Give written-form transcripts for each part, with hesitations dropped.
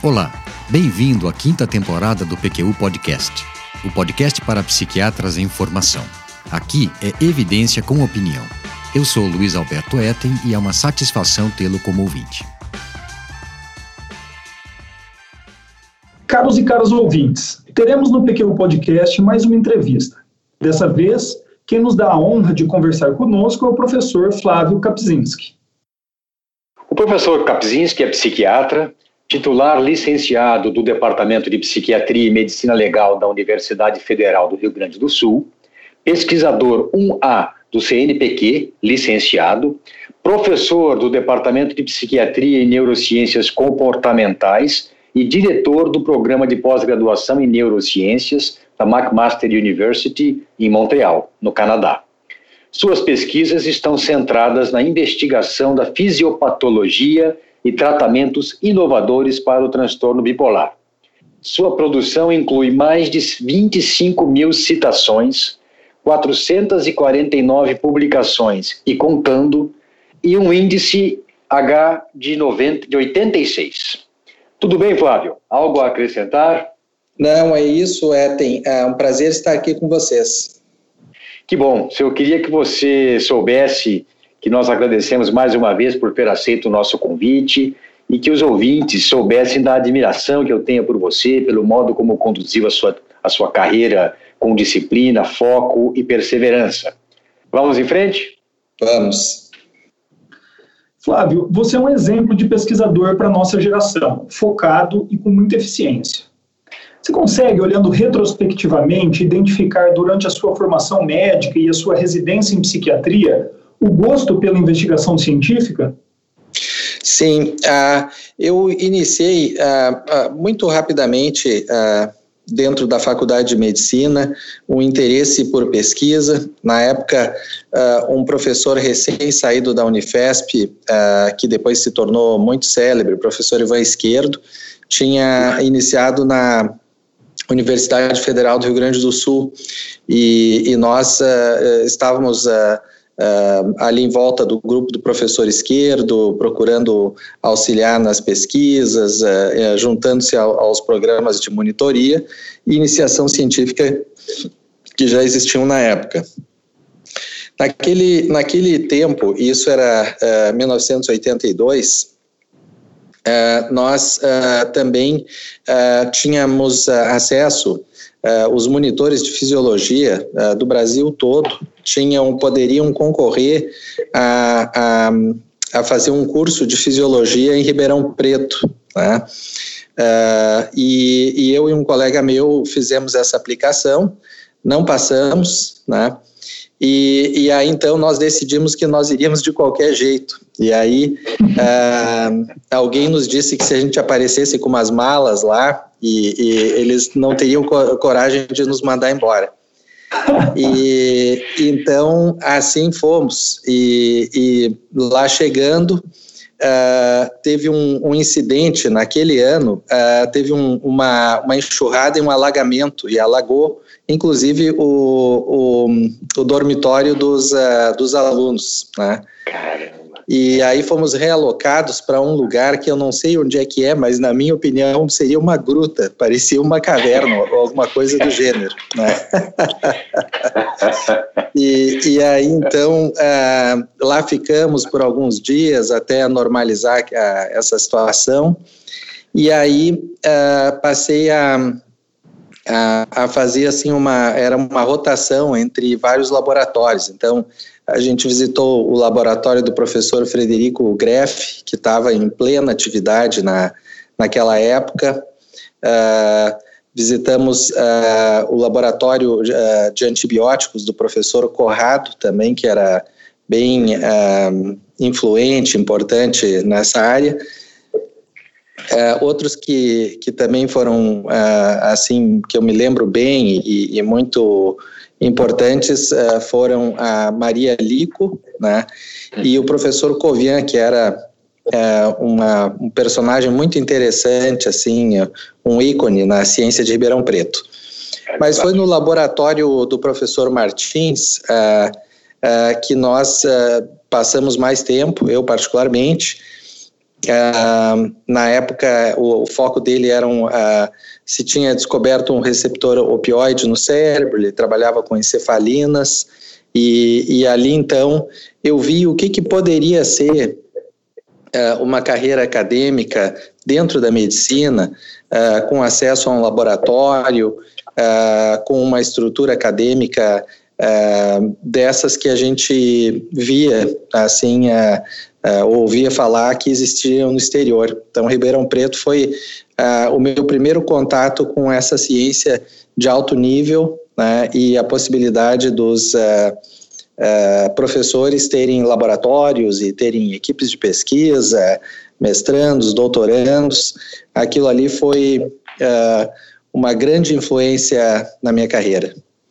Olá, bem-vindo à 5ª temporada do PQU Podcast, o podcast para psiquiatras em formação. Aqui é evidência com opinião. Eu sou Luiz Alberto Etten e é uma satisfação tê-lo como ouvinte. Caros e caras ouvintes, teremos no PQU Podcast mais uma entrevista. Dessa vez, quem nos dá a honra de conversar conosco é o professor Flávio Kapczynski. O professor Kapczynski é psiquiatra, titular licenciado do Departamento de Psiquiatria e Medicina Legal da Universidade Federal do Rio Grande do Sul, pesquisador 1A do CNPq, licenciado, professor do Departamento de Psiquiatria e Neurociências Comportamentais e diretor do Programa de Pós-Graduação em Neurociências da McMaster University, em Montreal, no Canadá. Suas pesquisas estão centradas na investigação da fisiopatologia e tratamentos inovadores para o transtorno bipolar. Sua produção inclui mais de 25 mil citações, 449 publicações e contando, e um índice H de 86. Tudo bem, Flávio? Algo a acrescentar? Não, é isso, Etten. É um prazer estar aqui com vocês. Que bom. Eu queria que você soubesse que nós agradecemos mais uma vez por ter aceito o nosso convite e que os ouvintes soubessem da admiração que eu tenho por você, pelo modo como conduziu a sua carreira com disciplina, foco e perseverança. Vamos em frente? Vamos. Flávio, você é um exemplo de pesquisador para a nossa geração, focado e com muita eficiência. Você consegue, olhando retrospectivamente, identificar durante a sua formação médica e a sua residência em psiquiatria o gosto pela investigação científica? Sim, eu iniciei muito rapidamente dentro da Faculdade de Medicina um interesse por pesquisa. Na época, um professor recém-saído da Unifesp, que depois se tornou muito célebre, o professor Ivan Esquerdo, tinha iniciado na Universidade Federal do Rio Grande do Sul e nós estávamos ali em volta do grupo do professor Esquerdo, procurando auxiliar nas pesquisas, juntando-se aos programas de monitoria e iniciação científica que já existiam na época. Naquele tempo, isso era 1982, nós também tínhamos acesso, os monitores de fisiologia do Brasil todo poderiam concorrer a fazer um curso de fisiologia em Ribeirão Preto, né? E eu e um colega meu fizemos essa aplicação, não passamos, né? E aí então nós decidimos que nós iríamos de qualquer jeito. E aí alguém nos disse que se a gente aparecesse com umas malas lá, e eles não teriam coragem de nos mandar embora. E então assim fomos. E lá chegando, teve um incidente naquele ano, teve uma enxurrada e um alagamento, e alagou inclusive o dormitório dos alunos, né? Caramba. E aí fomos realocados para um lugar que eu não sei onde é que é, mas na minha opinião seria uma gruta, parecia uma caverna ou alguma coisa do gênero, né? E aí então lá ficamos por alguns dias até normalizar essa situação, e aí passei a fazer assim era uma rotação entre vários laboratórios. Então a gente visitou o laboratório do professor Frederico Greff, que estava em plena atividade naquela época. Visitamos o laboratório de antibióticos do professor Corrado também, que era bem influente, importante nessa área. Outros que também foram assim, que eu me lembro bem e muito importantes, foram a Maria Lico, né, e o professor Covian, que era um personagem muito interessante, assim, um ícone na ciência de Ribeirão Preto. Mas foi no laboratório do professor Martins que nós passamos mais tempo, eu particularmente, Na época, o foco dele era se tinha descoberto um receptor opioide no cérebro, ele trabalhava com encefalinas, e ali, então, eu vi o que poderia ser uma carreira acadêmica dentro da medicina, com acesso a um laboratório, com uma estrutura acadêmica dessas que a gente via, assim, ouvia falar que existiam no exterior. Então, Ribeirão Preto foi o meu primeiro contato com essa ciência de alto nível, né, e a possibilidade dos professores terem laboratórios e terem equipes de pesquisa, mestrandos, doutorandos. Aquilo ali foi uma grande influência na minha carreira.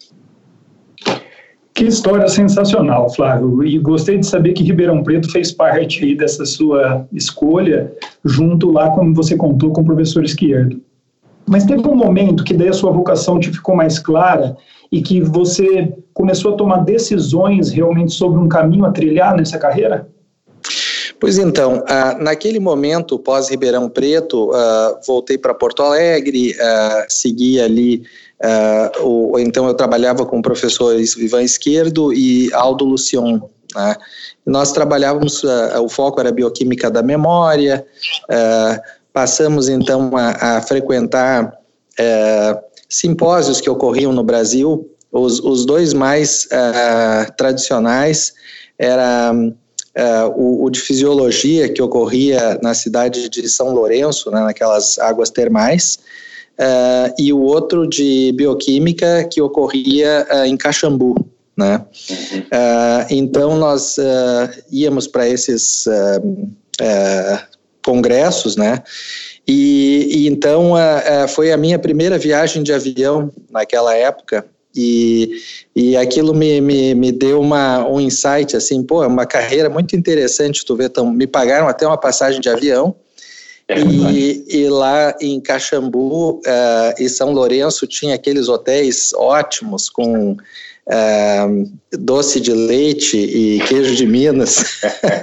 Que história sensacional, Flávio. E gostei de saber que Ribeirão Preto fez parte aí dessa sua escolha, junto lá, como você contou, com o professor Izquierdo. Mas teve um momento que daí a sua vocação te ficou mais clara e que você começou a tomar decisões realmente sobre um caminho a trilhar nessa carreira? Pois então, naquele momento, pós-Ribeirão Preto, voltei para Porto Alegre, segui ali, então eu trabalhava com professores Ivan Izquierdo e Aldo Lucion, né? Nós trabalhávamos, o foco era bioquímica da memória, passamos então a frequentar simpósios que ocorriam no Brasil. Os dois mais tradicionais era o de fisiologia, que ocorria na cidade de São Lourenço, né, naquelas águas termais, e o outro de bioquímica, que ocorria em Caxambu, né? Então nós íamos para esses congressos, né? E então foi a minha primeira viagem de avião naquela época, e aquilo me deu um insight, assim, é uma carreira muito interessante, tu vê, me pagaram até uma passagem de avião, e lá em Caxambu e São Lourenço tinha aqueles hotéis ótimos com doce de leite e queijo de Minas.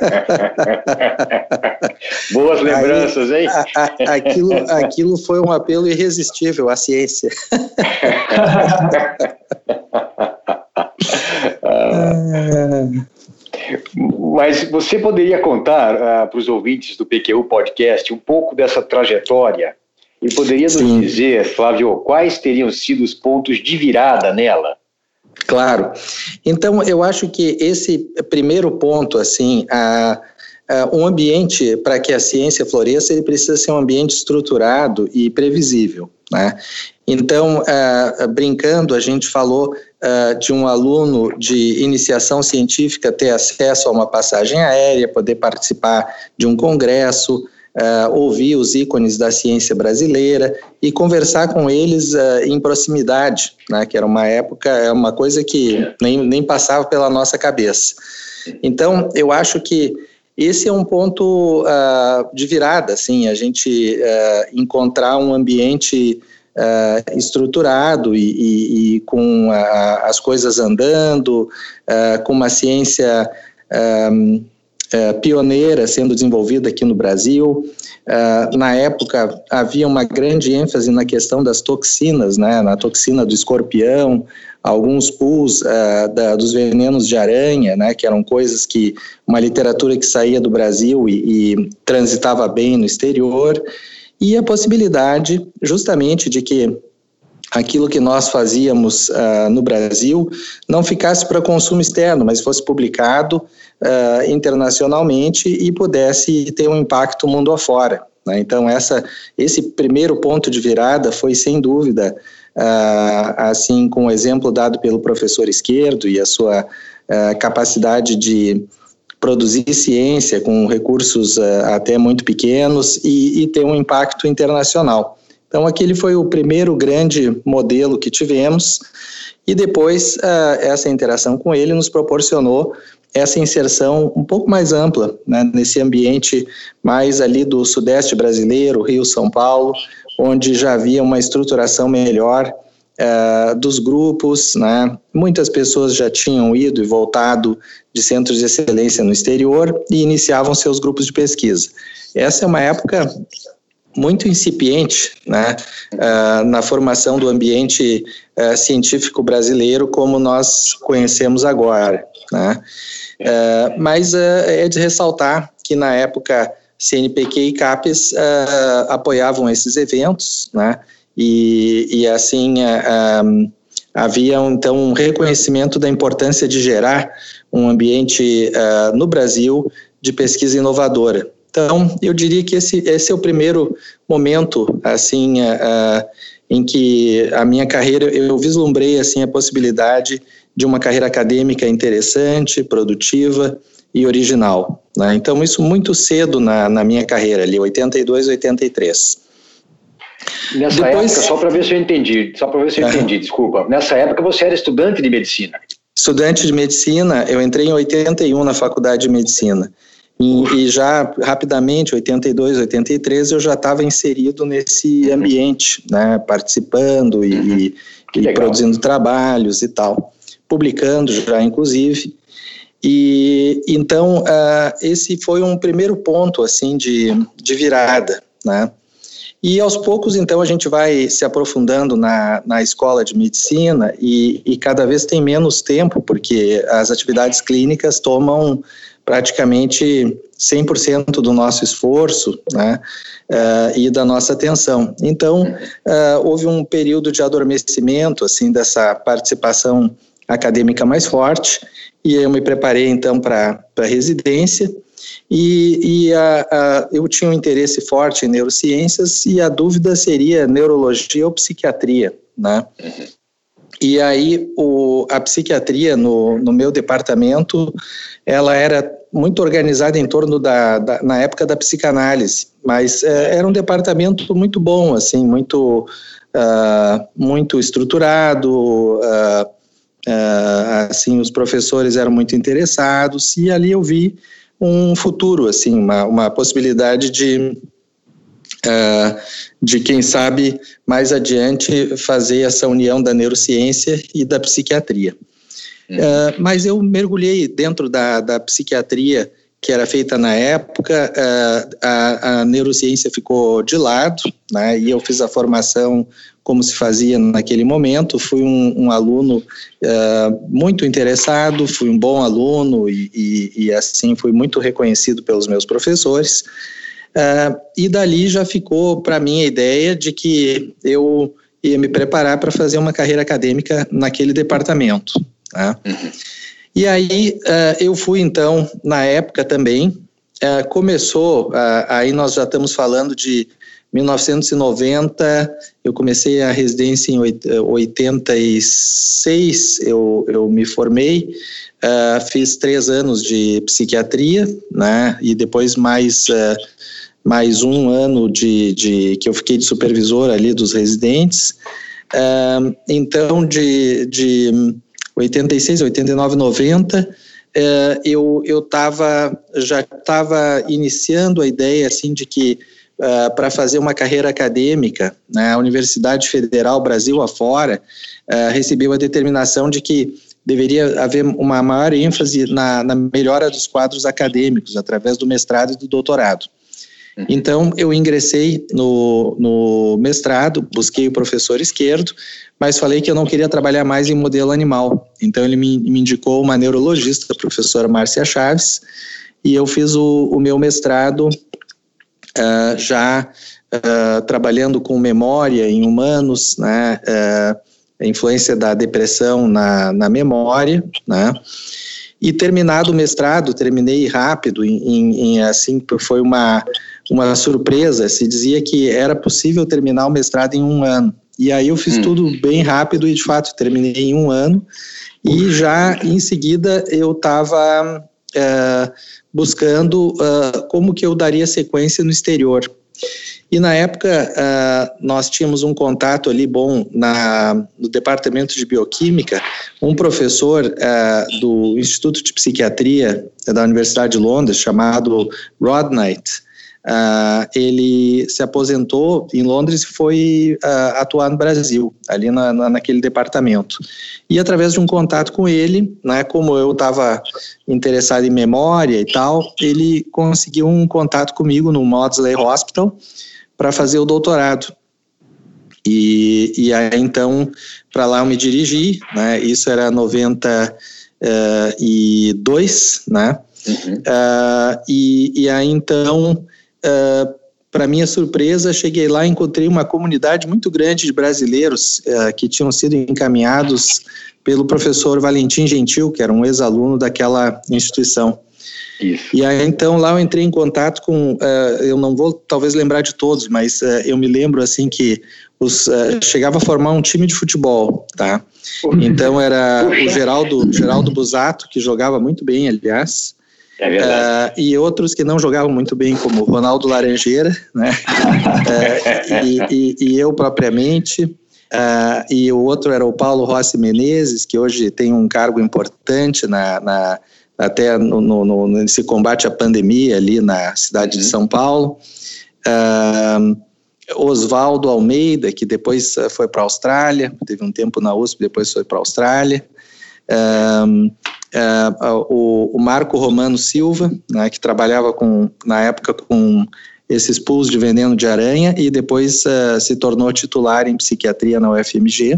Boas lembranças, hein? Aquilo foi um apelo irresistível à ciência. Mas você poderia contar para os ouvintes do PQU Podcast um pouco dessa trajetória e poderia nos dizer, Flávio, quais teriam sido os pontos de virada nela? Claro. Então, eu acho que esse primeiro ponto, assim, um ambiente para que a ciência floresça, ele precisa ser um ambiente estruturado e previsível, né? Então, brincando, a gente falou de um aluno de iniciação científica ter acesso a uma passagem aérea, poder participar de um congresso, ouvir os ícones da ciência brasileira e conversar com eles em proximidade, né, que era uma época, uma coisa que nem passava pela nossa cabeça. Então, eu acho que esse é um ponto de virada, assim, a gente encontrar um ambiente estruturado e com as coisas andando, com uma ciência pioneira sendo desenvolvida aqui no Brasil. Na época havia uma grande ênfase na questão das toxinas, né, na toxina do escorpião, alguns pools dos venenos de aranha, né, que eram coisas que uma literatura que saía do Brasil e transitava bem no exterior, e a possibilidade justamente de que aquilo que nós fazíamos no Brasil não ficasse para consumo externo, mas fosse publicado internacionalmente e pudesse ter um impacto mundo afora, né? Então, esse primeiro ponto de virada foi, sem dúvida, assim, com o exemplo dado pelo professor Izquierdo e a sua capacidade de produzir ciência com recursos até muito pequenos e ter um impacto internacional. Então, aquele foi o primeiro grande modelo que tivemos, e depois essa interação com ele nos proporcionou essa inserção um pouco mais ampla, né, nesse ambiente mais ali do sudeste brasileiro, Rio, São Paulo, onde já havia uma estruturação melhor dos grupos, né? Muitas pessoas já tinham ido e voltado de centros de excelência no exterior e iniciavam seus grupos de pesquisa. Essa é uma época muito incipiente, né, na formação do ambiente científico brasileiro como nós conhecemos agora, né? Mas é de ressaltar que na época CNPq e CAPES apoiavam esses eventos, né? E assim havia então um reconhecimento da importância de gerar um ambiente no Brasil de pesquisa inovadora. Então, eu diria que esse é o primeiro momento, assim, em que a minha carreira, eu vislumbrei, assim, a possibilidade de uma carreira acadêmica interessante, produtiva e original, né? Então, isso muito cedo na minha carreira, ali, 82, 83. Nessa época, só para ver se eu entendi, desculpa, nessa época você era estudante de medicina? Estudante de medicina, eu entrei em 81 na faculdade de medicina. E já rapidamente, 82, 83, eu já estava inserido nesse ambiente, né, participando e produzindo trabalhos e tal, publicando já, inclusive. E então, esse foi um primeiro ponto, assim, de virada, né? E aos poucos, então, a gente vai se aprofundando na escola de medicina e cada vez tem menos tempo, porque as atividades clínicas tomam praticamente 100% do nosso esforço, né, e da nossa atenção. Então, houve um período de adormecimento, assim, dessa participação acadêmica mais forte, e eu me preparei, então, para a residência, eu tinha um interesse forte em neurociências, e a dúvida seria neurologia ou psiquiatria, né? E aí a psiquiatria no meu departamento, ela era muito organizada em torno na época da psicanálise, mas era um departamento muito bom, assim, muito estruturado, assim, os professores eram muito interessados, e ali eu vi um futuro, assim, uma possibilidade de quem sabe mais adiante fazer essa união da neurociência e da psiquiatria. Mas eu mergulhei dentro da psiquiatria que era feita na época, a neurociência ficou de lado, né, e eu fiz a formação como se fazia naquele momento. Fui um aluno muito interessado, fui um bom aluno e assim fui muito reconhecido pelos meus professores. E dali já ficou para mim a ideia de que eu ia me preparar para fazer uma carreira acadêmica naquele departamento, né? E aí eu fui então, na época também, começou, aí nós já estamos falando de 1990, eu comecei a residência em 86, eu me formei, fiz 3 anos de psiquiatria, né, e depois mais 1 ano que eu fiquei de supervisor ali dos residentes. Então, de 86, 89, 90, eu já estava iniciando a ideia, assim, de que para fazer uma carreira acadêmica, né, a Universidade Federal Brasil afora recebeu a determinação de que deveria haver uma maior ênfase na melhora dos quadros acadêmicos através do mestrado e do doutorado. Então, eu ingressei no mestrado, busquei o professor Esquerdo, mas falei que eu não queria trabalhar mais em modelo animal. Então, ele me indicou uma neurologista, a professora Márcia Chaves, e eu fiz o meu mestrado já trabalhando com memória em humanos, né, a influência da depressão na memória, né? E terminado o mestrado, terminei rápido, assim, foi uma surpresa. Se dizia que era possível terminar o mestrado em 1 ano. E aí eu fiz tudo bem rápido e, de fato, terminei em 1 ano. E já, em seguida, eu estava buscando como que eu daria sequência no exterior. E, na época, nós tínhamos um contato ali bom no departamento de bioquímica, um professor do Instituto de Psiquiatria da Universidade de Londres, chamado Rod Knight. ele se aposentou em Londres e foi atuar no Brasil, ali naquele departamento. E através de um contato com ele, né, como eu estava interessado em memória e tal, ele conseguiu um contato comigo no Maudsley Hospital para fazer o doutorado. E aí, então, para lá eu me dirigi, né, isso era 92, né, e aí, então, para minha surpresa, cheguei lá e encontrei uma comunidade muito grande de brasileiros que tinham sido encaminhados pelo professor Valentim Gentil, que era um ex-aluno daquela instituição. Isso. E aí, então, lá eu entrei em contato com, eu não vou talvez lembrar de todos, mas eu me lembro, assim, que chegava a formar um time de futebol, tá? Então, era o Geraldo Busato, que jogava muito bem, aliás. É verdade. E outros que não jogavam muito bem, como Ronaldo Laranjeira, né? E eu propriamente. E o outro era o Paulo Rossi Menezes, que hoje tem um cargo importante até nesse combate à pandemia ali na cidade de São Paulo. Oswaldo Almeida, que depois foi para a Austrália, teve um tempo na USP, depois foi para a Austrália. O Marco Romano Silva, né, que trabalhava na época com esses pools de veneno de aranha e depois se tornou titular em psiquiatria na UFMG.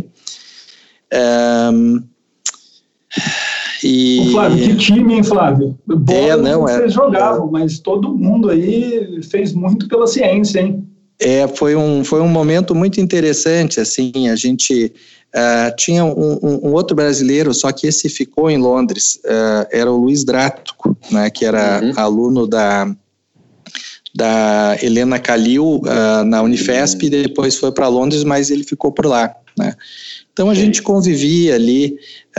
Flávio, que time, hein, Flávio? Vocês jogavam, mas todo mundo aí fez muito pela ciência, hein? Foi um momento muito interessante, assim, a gente tinha um outro brasileiro, só que esse ficou em Londres, era o Luiz Drático, né, que era aluno da Helena Calil na Unifesp, e depois foi para Londres, mas ele ficou por lá, né? Então a gente convivia ali,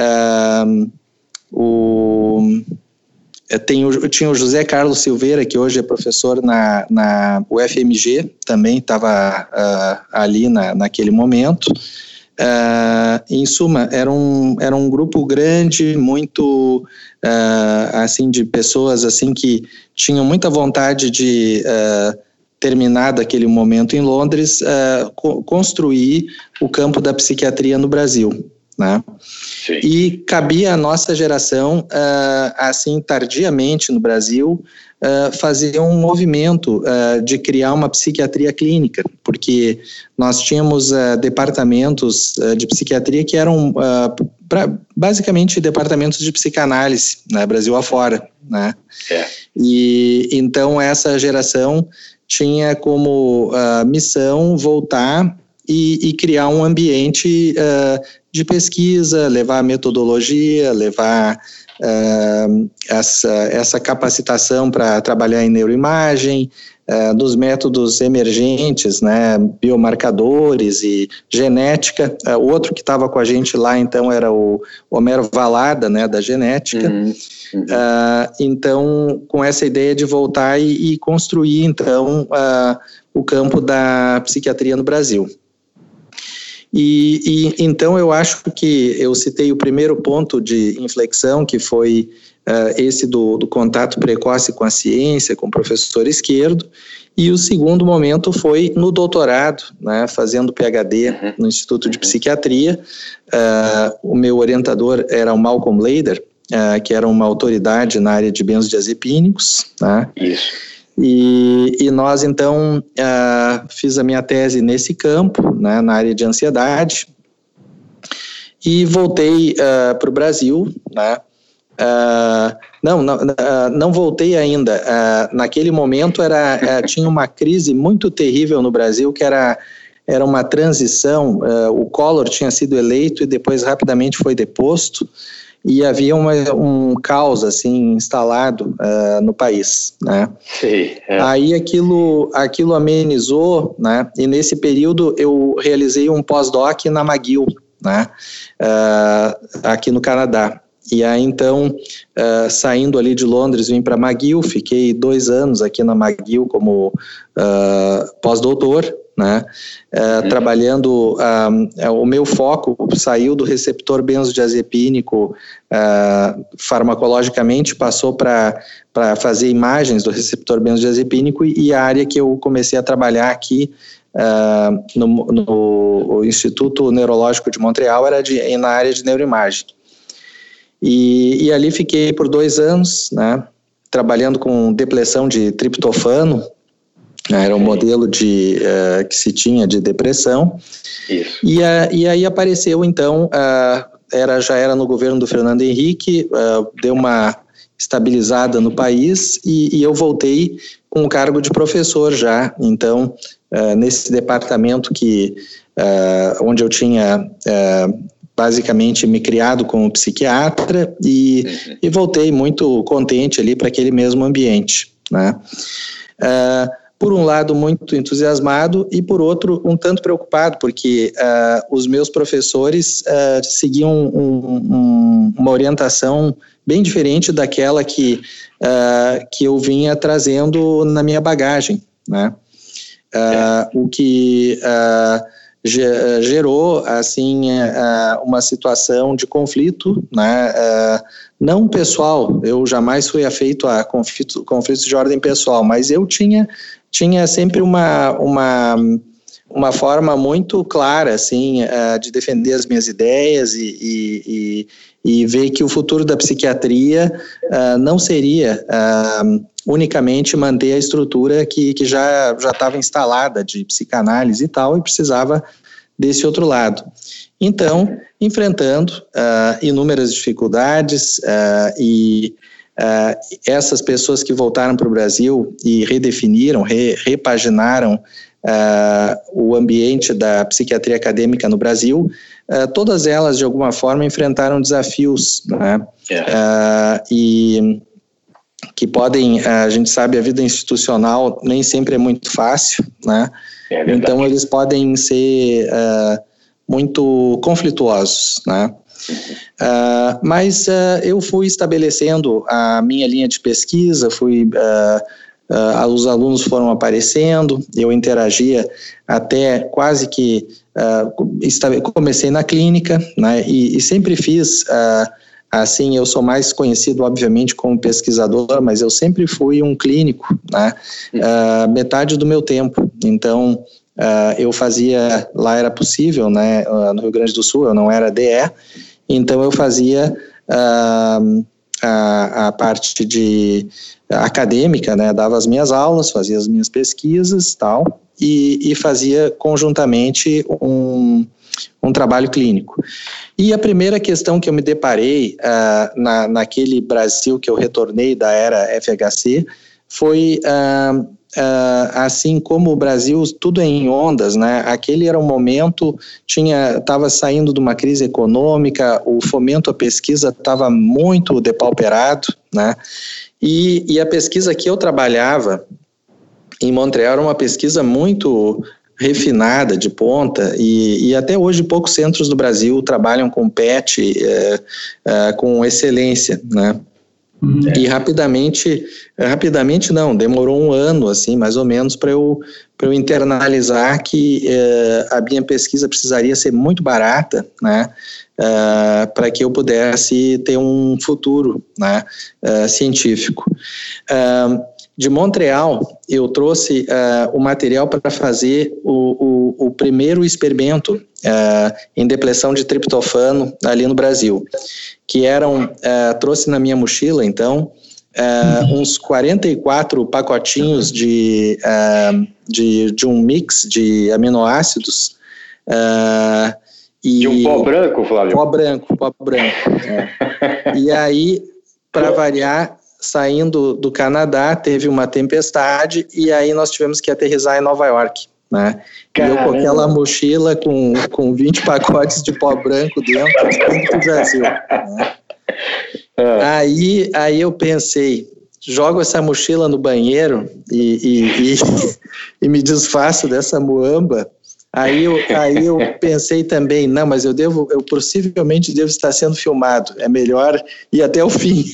tinha o José Carlos Silveira, que hoje é professor na UFMG, também estava ali naquele momento. Em suma, era um grupo grande, muito assim, de pessoas assim, que tinham muita vontade de terminar daquele momento em Londres, construir o campo da psiquiatria no Brasil, né? Sim. E cabia à nossa geração, assim, tardiamente no Brasil, fazer um movimento de criar uma psiquiatria clínica, porque nós tínhamos departamentos de psiquiatria que eram basicamente departamentos de psicanálise, né, Brasil afora, né? E então essa geração tinha como missão voltar e criar um ambiente de pesquisa, levar a metodologia, levar essa capacitação para trabalhar em neuroimagem, dos métodos emergentes, né, biomarcadores e genética. O outro que estava com a gente lá, então, era o Homero Valada, né, da genética. Então, com essa ideia de voltar e construir, então, o campo da psiquiatria no Brasil. E então eu acho que eu citei o primeiro ponto de inflexão, que foi esse do contato precoce com a ciência, com o professor Esquerdo, e o segundo momento foi no doutorado, né, fazendo PhD no Instituto de Psiquiatria. O meu orientador era o Malcolm Leder, que era uma autoridade na área de benzodiazepínicos, né? Isso. E nós, então, fiz a minha tese nesse campo, né, na área de ansiedade, e voltei para o Brasil, né? Não voltei ainda. Naquele momento tinha uma crise muito terrível no Brasil, que era uma transição. O Collor tinha sido eleito e depois rapidamente foi deposto, e havia um caos assim instalado no país, né? Sim, Aí aquilo amenizou, né? E nesse período eu realizei um pós-doc na McGill, né? Aqui no Canadá. E aí então, saindo ali de Londres, vim para McGill, fiquei 2 anos aqui na McGill como pós-doutor, né? Trabalhando, o meu foco saiu do receptor benzodiazepínico farmacologicamente, passou para fazer imagens do receptor benzodiazepínico, e a área que eu comecei a trabalhar aqui no Instituto Neurológico de Montreal era na área de neuroimagem. E ali fiquei por 2 anos, né, trabalhando com depressão de triptofano. Era um modelo que se tinha de depressão. Isso. E aí apareceu, então, já era no governo do Fernando Henrique, deu uma estabilizada no país, e eu voltei com o cargo de professor já. Então, nesse departamento onde eu tinha basicamente me criado como psiquiatra, e voltei muito contente ali para aquele mesmo ambiente, né? Por um lado, muito entusiasmado, e por outro, um tanto preocupado, porque os meus professores seguiam uma orientação bem diferente daquela que eu vinha trazendo na minha bagagem, né? O que gerou, assim, uma situação de conflito, né? Não pessoal, eu jamais fui afeito a conflitos de ordem pessoal, mas eu tinha sempre uma forma muito clara, assim, de defender as minhas ideias e ver que o futuro da psiquiatria não seria unicamente manter a estrutura que já estava instalada de psicanálise e tal, e precisava desse outro lado. Então, enfrentando inúmeras dificuldades e essas pessoas que voltaram para o Brasil e redefiniram, repaginaram o ambiente da psiquiatria acadêmica no Brasil, todas elas, de alguma forma, enfrentaram desafios, né? E que podem, a gente sabe, a vida institucional nem sempre é muito fácil, né? Então, eles podem ser muito conflituosos, né? Mas eu fui estabelecendo a minha linha de pesquisa, os alunos foram aparecendo, eu interagia até quase que comecei na clínica, né? E sempre fiz assim, eu sou mais conhecido, obviamente, como pesquisador, mas eu sempre fui um clínico, né? Metade do meu tempo. Então, eu fazia, lá era possível, né? No Rio Grande do Sul, eu não era DE, então eu fazia a parte de acadêmica, né? Dava as minhas aulas, fazia as minhas pesquisas, tal, e fazia conjuntamente um trabalho clínico. E a primeira questão que eu me deparei naquele Brasil que eu retornei da era FHC foi, assim como o Brasil, tudo em ondas, né? Aquele era um momento, estava saindo de uma crise econômica, o fomento à pesquisa estava muito depauperado, né? E a pesquisa que eu trabalhava em Montreal era uma pesquisa muito refinada, de ponta, e até hoje poucos centros do Brasil trabalham com PET com excelência, né? E rapidamente não, demorou 1 ano, assim, mais ou menos, para eu internalizar que a minha pesquisa precisaria ser muito barata, né? Para que eu pudesse ter um futuro, né? Científico. De Montreal, eu trouxe o material para fazer o primeiro experimento em depressão de triptofano ali no Brasil, que trouxe na minha mochila, então, uns 44 pacotinhos de um mix de aminoácidos. De um pó branco, Flávio? Pó branco. E aí, para variar, saindo do Canadá, teve uma tempestade, e aí nós tivemos que aterrissar em Nova York, né? E eu com aquela mochila com 20 pacotes de pó branco dentro, do Brasil, né? Aí eu pensei, jogo essa mochila no banheiro e me desfaço dessa muamba, Aí eu pensei também, não, mas eu possivelmente devo estar sendo filmado, é melhor ir até o fim.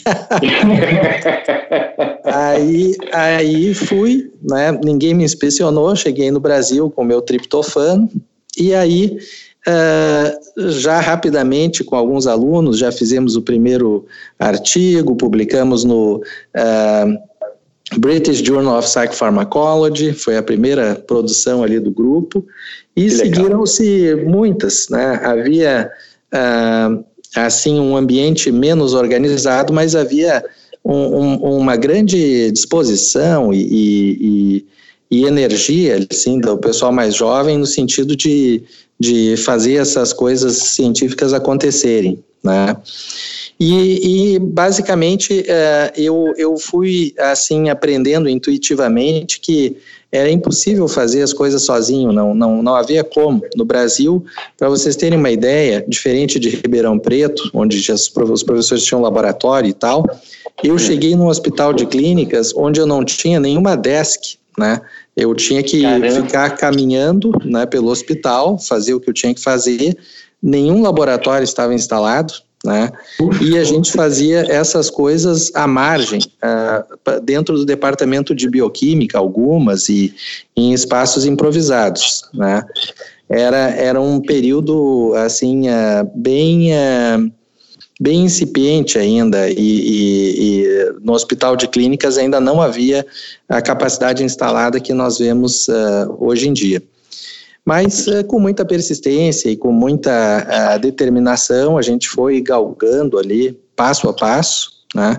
aí fui, né, ninguém me inspecionou, cheguei no Brasil com meu triptofano, e aí, já rapidamente, com alguns alunos, já fizemos o primeiro artigo, publicamos no British Journal of Psychopharmacology, foi a primeira produção ali do grupo, e seguiram-se muitas, né? Havia, assim, um ambiente menos organizado, mas havia uma grande disposição e energia, assim, do pessoal mais jovem, no sentido de fazer essas coisas científicas acontecerem, né? E basicamente, eu fui, assim, aprendendo intuitivamente que era impossível fazer as coisas sozinho, não havia como. No Brasil, para vocês terem uma ideia, diferente de Ribeirão Preto, onde os professores tinham laboratório e tal, eu cheguei num hospital de clínicas onde eu não tinha nenhuma desk, né? Eu tinha que ficar caminhando, né, pelo hospital, fazer o que eu tinha que fazer, nenhum laboratório estava instalado, né? E a gente fazia essas coisas à margem, dentro do departamento de bioquímica, algumas, e em espaços improvisados, né? Era um período, assim, bem incipiente ainda, e no hospital de clínicas ainda não havia a capacidade instalada que nós vemos hoje em dia. Mas com muita persistência e com muita determinação, a gente foi galgando ali, passo a passo, né?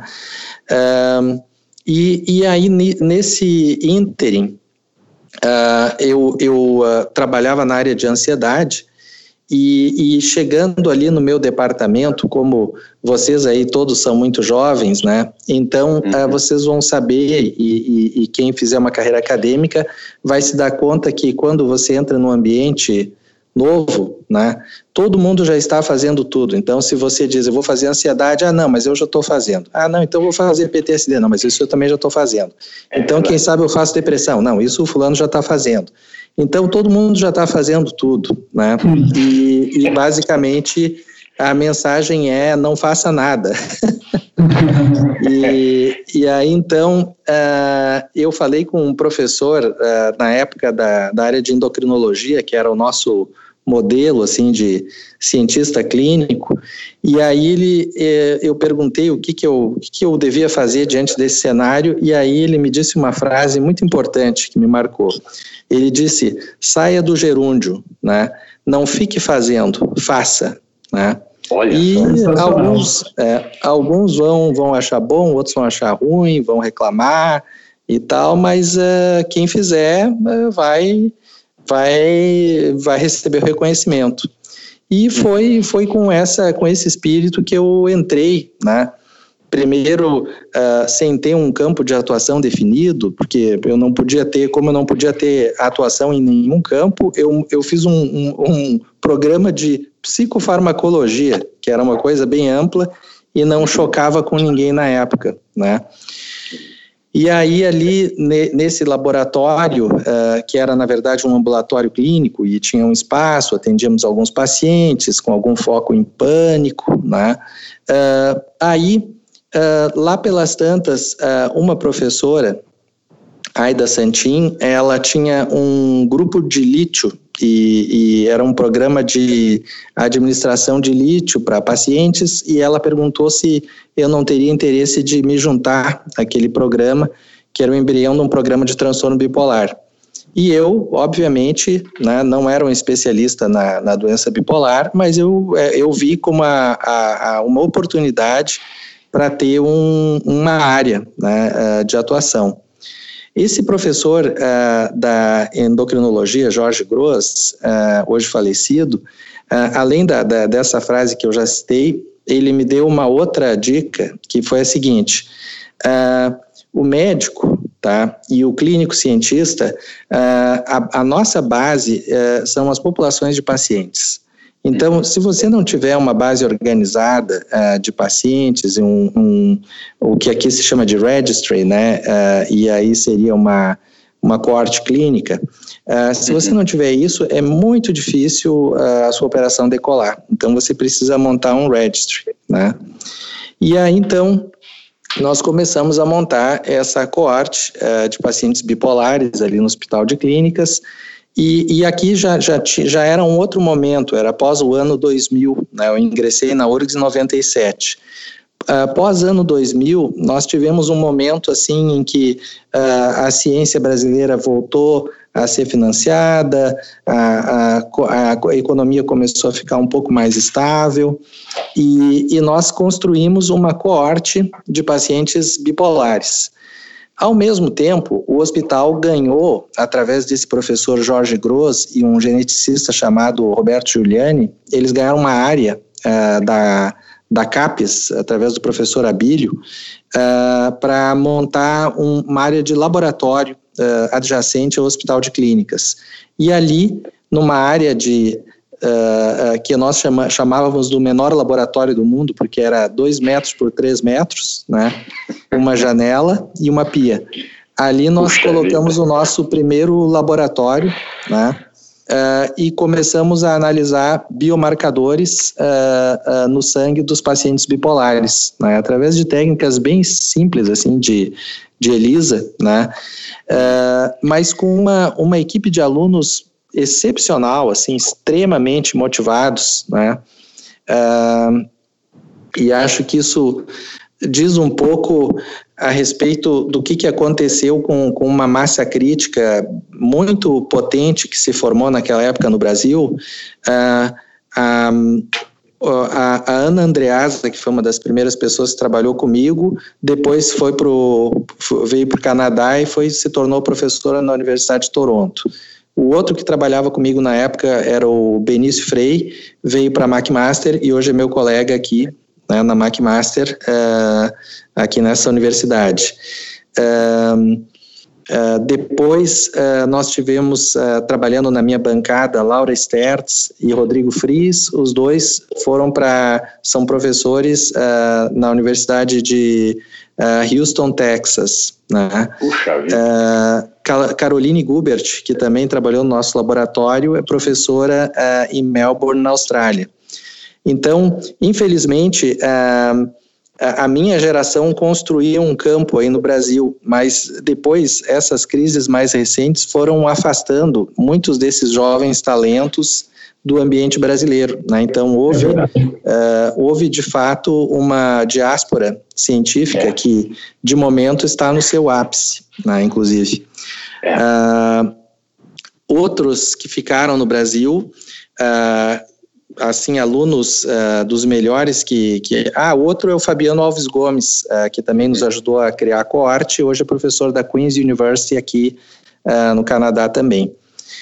E aí, nesse ínterim, eu trabalhava na área de ansiedade, e chegando ali no meu departamento, como vocês aí todos são muito jovens, né? Então, vocês vão saber, e quem fizer uma carreira acadêmica vai se dar conta que quando você entra num ambiente novo, né? Todo mundo já está fazendo tudo. Então, se você diz, eu vou fazer ansiedade, não, mas eu já estou fazendo. Não, então eu vou fazer PTSD, não, mas isso eu também já estou fazendo. Então, quem sabe eu faço depressão. Não, isso o fulano já está fazendo. Então, todo mundo já está fazendo tudo, né? E basicamente, a mensagem é, não faça nada. E aí, então, eu falei com um professor, na época da área de endocrinologia, que era o nosso modelo, assim, de cientista clínico, e aí eu perguntei o que eu devia fazer diante desse cenário, e aí ele me disse uma frase muito importante que me marcou. Ele disse, saia do gerúndio, né? Não fique fazendo, faça, né? Olha, e alguns vão achar bom, outros vão achar ruim, vão reclamar e tal, mas quem fizer vai receber o reconhecimento. E foi com esse espírito que eu entrei, né? Primeiro, sem ter um campo de atuação definido, porque eu não podia ter atuação em nenhum campo, eu fiz um programa de psicofarmacologia, que era uma coisa bem ampla e não chocava com ninguém na época, né? E aí ali nesse laboratório, que era na verdade um ambulatório clínico e tinha um espaço, atendíamos alguns pacientes com algum foco em pânico, né? Lá pelas tantas, uma professora, Aida Santin, ela tinha um grupo de lítio e era um programa de administração de lítio para pacientes, e ela perguntou se eu não teria interesse de me juntar àquele programa, que era o embrião de um programa de transtorno bipolar. E eu, obviamente, né, não era um especialista na doença bipolar, mas eu vi como uma oportunidade para ter uma área, né, de atuação. Esse professor da endocrinologia, Jorge Gross, hoje falecido, além dessa frase que eu já citei, ele me deu uma outra dica, que foi a seguinte: o médico, tá, e o clínico cientista, a nossa base são as populações de pacientes. Então, se você não tiver uma base organizada de pacientes, o que aqui se chama de registry, né, e aí seria uma uma coorte clínica. Se você não tiver isso, é muito difícil a sua operação decolar. Então, você precisa montar um registry, né? E aí, então, nós começamos a montar essa coorte de pacientes bipolares ali no Hospital de Clínicas. E aqui já era um outro momento, era após o ano 2000, né? Eu ingressei na URGS em 97. Após ano 2000, nós tivemos um momento assim em que a ciência brasileira voltou a ser financiada, a economia começou a ficar um pouco mais estável e nós construímos uma coorte de pacientes bipolares. Ao mesmo tempo, o hospital ganhou, através desse professor Jorge Gross e um geneticista chamado Roberto Giuliani, eles ganharam uma área da CAPES, através do professor Abílio, para montar uma área de laboratório adjacente ao Hospital de Clínicas. E ali, numa área que nós chamávamos do menor laboratório do mundo, porque era 2 metros por 3 metros, né? Uma janela e uma pia. Ali nós colocamos o nosso primeiro laboratório, né? E começamos a analisar biomarcadores no sangue dos pacientes bipolares, né? Através de técnicas bem simples, assim, de ELISA, né? Mas com uma equipe de alunos excepcional, assim, extremamente motivados, né? E acho que isso diz um pouco a respeito do que aconteceu com uma massa crítica muito potente que se formou naquela época no Brasil. A Ana Andreasa, que foi uma das primeiras pessoas que trabalhou comigo, depois veio para o Canadá e se tornou professora na Universidade de Toronto. O outro que trabalhava comigo na época era o Benício Frei, veio para a McMaster e hoje é meu colega aqui, né, na McMaster, aqui nessa universidade. Depois nós tivemos trabalhando na minha bancada Laura Stertz e Rodrigo Fries. Os dois são professores na Universidade de Houston, Texas, né? Puxa vida. Caroline Gubert, que também trabalhou no nosso laboratório, é professora em Melbourne, na Austrália. Então, infelizmente, a minha geração construía um campo aí no Brasil, mas depois essas crises mais recentes foram afastando muitos desses jovens talentos do ambiente brasileiro, né? Então houve de fato uma diáspora científica que de momento está no seu ápice, né, inclusive. Outros que ficaram no Brasil, assim, alunos dos melhores o outro é o Fabiano Alves Gomes, que também nos ajudou a criar a coorte, hoje é professor da Queen's University aqui no Canadá também.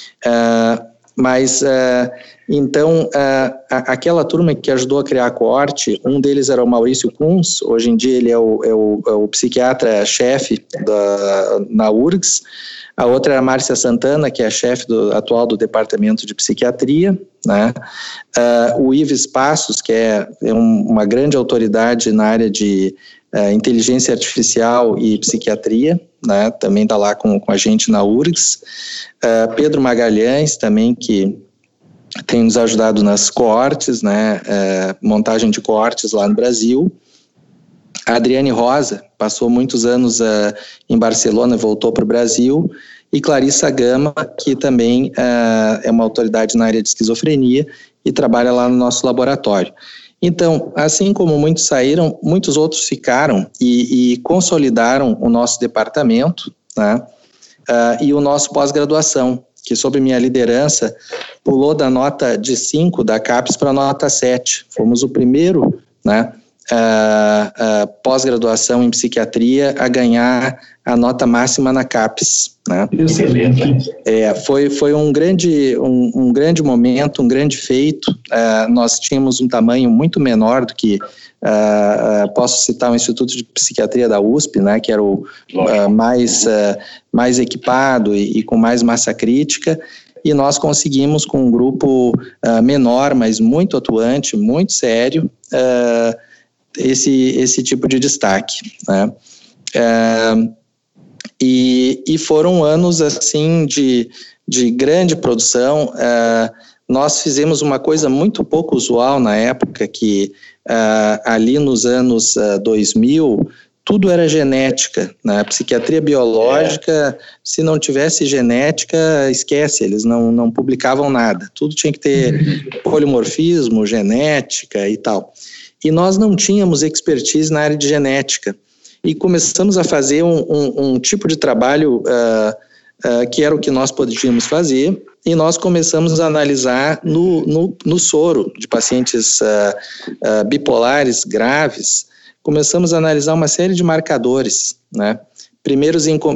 Então, aquela turma que ajudou a criar a coorte, um deles era o Maurício Kunz, hoje em dia ele é o psiquiatra-chefe na URGS. A outra é a Márcia Santana, que é a chefe atual do Departamento de Psiquiatria, né? O Ives Passos, que é uma grande autoridade na área de inteligência artificial e psiquiatria, né? Também está lá com a gente na URGS. Pedro Magalhães, também, que tem nos ajudado nas coortes, né? Montagem de coortes lá no Brasil. A Adriane Rosa passou muitos anos em Barcelona, voltou para o Brasil, e Clarissa Gama, que também é uma autoridade na área de esquizofrenia e trabalha lá no nosso laboratório. Então, assim como muitos saíram, muitos outros ficaram e consolidaram o nosso departamento, né? E o nosso pós-graduação, que sob minha liderança pulou da nota de 5 da CAPES para a nota 7. Fomos o primeiro, né, pós-graduação em psiquiatria a ganhar a nota máxima na CAPES, né? Excelente. Foi um grande momento, um grande feito. Nós tínhamos um tamanho muito menor do que posso citar o Instituto de Psiquiatria da USP, né, que era o mais equipado e com mais massa crítica, e nós conseguimos, com um grupo menor, mas muito atuante, muito sério, esse tipo de destaque, né? E foram anos assim de grande produção. Nós fizemos uma coisa muito pouco usual na época, que ali nos anos 2000, tudo era genética. Na psiquiatria biológica, se não tivesse genética, esquece, eles não publicavam nada. Tudo tinha que ter polimorfismo, genética e tal. E nós não tínhamos expertise na área de genética. E começamos a fazer um tipo de trabalho que era o que nós podíamos fazer, e nós começamos a analisar no soro de pacientes bipolares graves. Começamos a analisar uma série de marcadores, né? Primeiro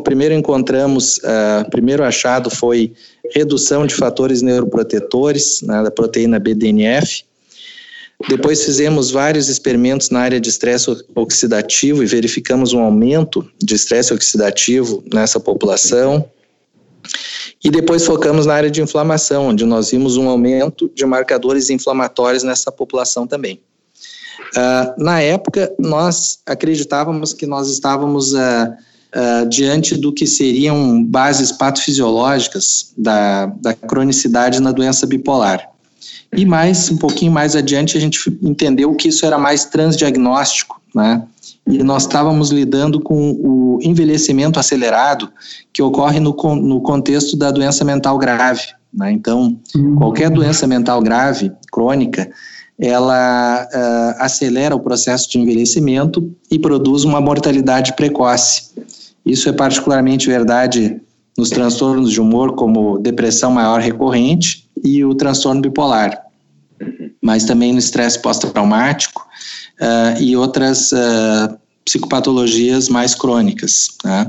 achado foi redução de fatores neuroprotetores, né, da proteína BDNF. Depois fizemos vários experimentos na área de estresse oxidativo e verificamos um aumento de estresse oxidativo nessa população. E depois focamos na área de inflamação, onde nós vimos um aumento de marcadores inflamatórios nessa população também. Na época, nós acreditávamos que nós estávamos diante do que seriam bases patofisiológicas da cronicidade na doença bipolar. E um pouquinho mais adiante, a gente entendeu que isso era mais transdiagnóstico, né? E nós estávamos lidando com o envelhecimento acelerado que ocorre no contexto da doença mental grave, né? Então, qualquer doença mental grave, crônica, ela acelera o processo de envelhecimento e produz uma mortalidade precoce. Isso é particularmente verdade nos transtornos de humor, como depressão maior recorrente e o transtorno bipolar, mas também no estresse pós-traumático e outras psicopatologias mais crônicas, né?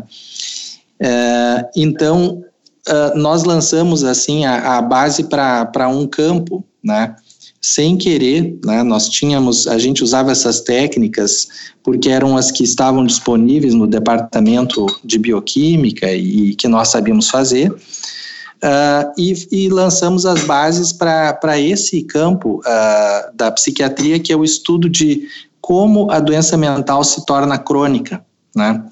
Então, nós lançamos assim a base para um campo, né? Sem querer, né? A gente usava essas técnicas porque eram as que estavam disponíveis no departamento de bioquímica e que nós sabíamos fazer. E lançamos as bases para esse campo da psiquiatria, que é o estudo de como a doença mental se torna crônica, né?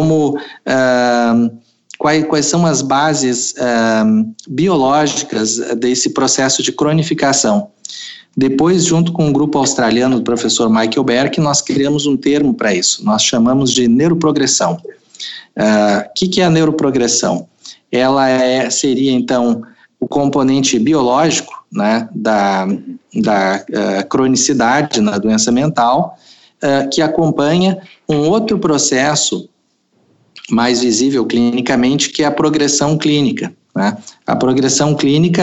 Quais são as bases biológicas desse processo de cronificação. Depois, junto com um grupo australiano do professor Michael Berk, nós criamos um termo para isso, nós chamamos de neuroprogressão. O que é a neuroprogressão? Ela seria, então, o componente biológico, né, da cronicidade na doença mental, que acompanha um outro processo mais visível clinicamente, que é a progressão clínica, né? A progressão clínica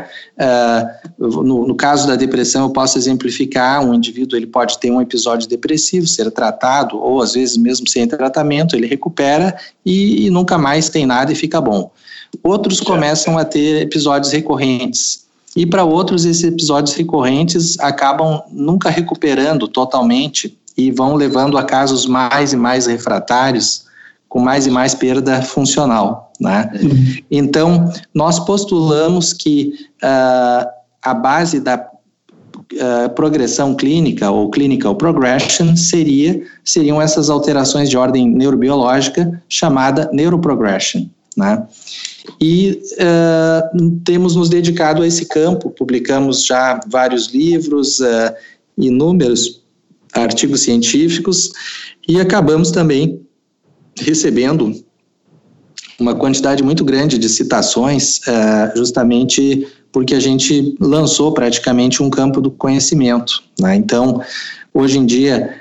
no caso da depressão, eu posso exemplificar, um indivíduo ele pode ter um episódio depressivo, ser tratado, ou às vezes mesmo sem tratamento, ele recupera e nunca mais tem nada e fica bom. Outros começam a ter episódios recorrentes, e para outros esses episódios recorrentes acabam nunca recuperando totalmente e vão levando a casos mais e mais refratários, com mais e mais perda funcional, né? Então, nós postulamos que a base da progressão clínica, ou clinical progression, seriam essas alterações de ordem neurobiológica, chamada neuroprogression, né? E temos nos dedicado a esse campo, publicamos já vários livros, inúmeros artigos científicos, e acabamos também recebendo uma quantidade muito grande de citações, justamente porque a gente lançou praticamente um campo do conhecimento, né? Então, hoje em dia,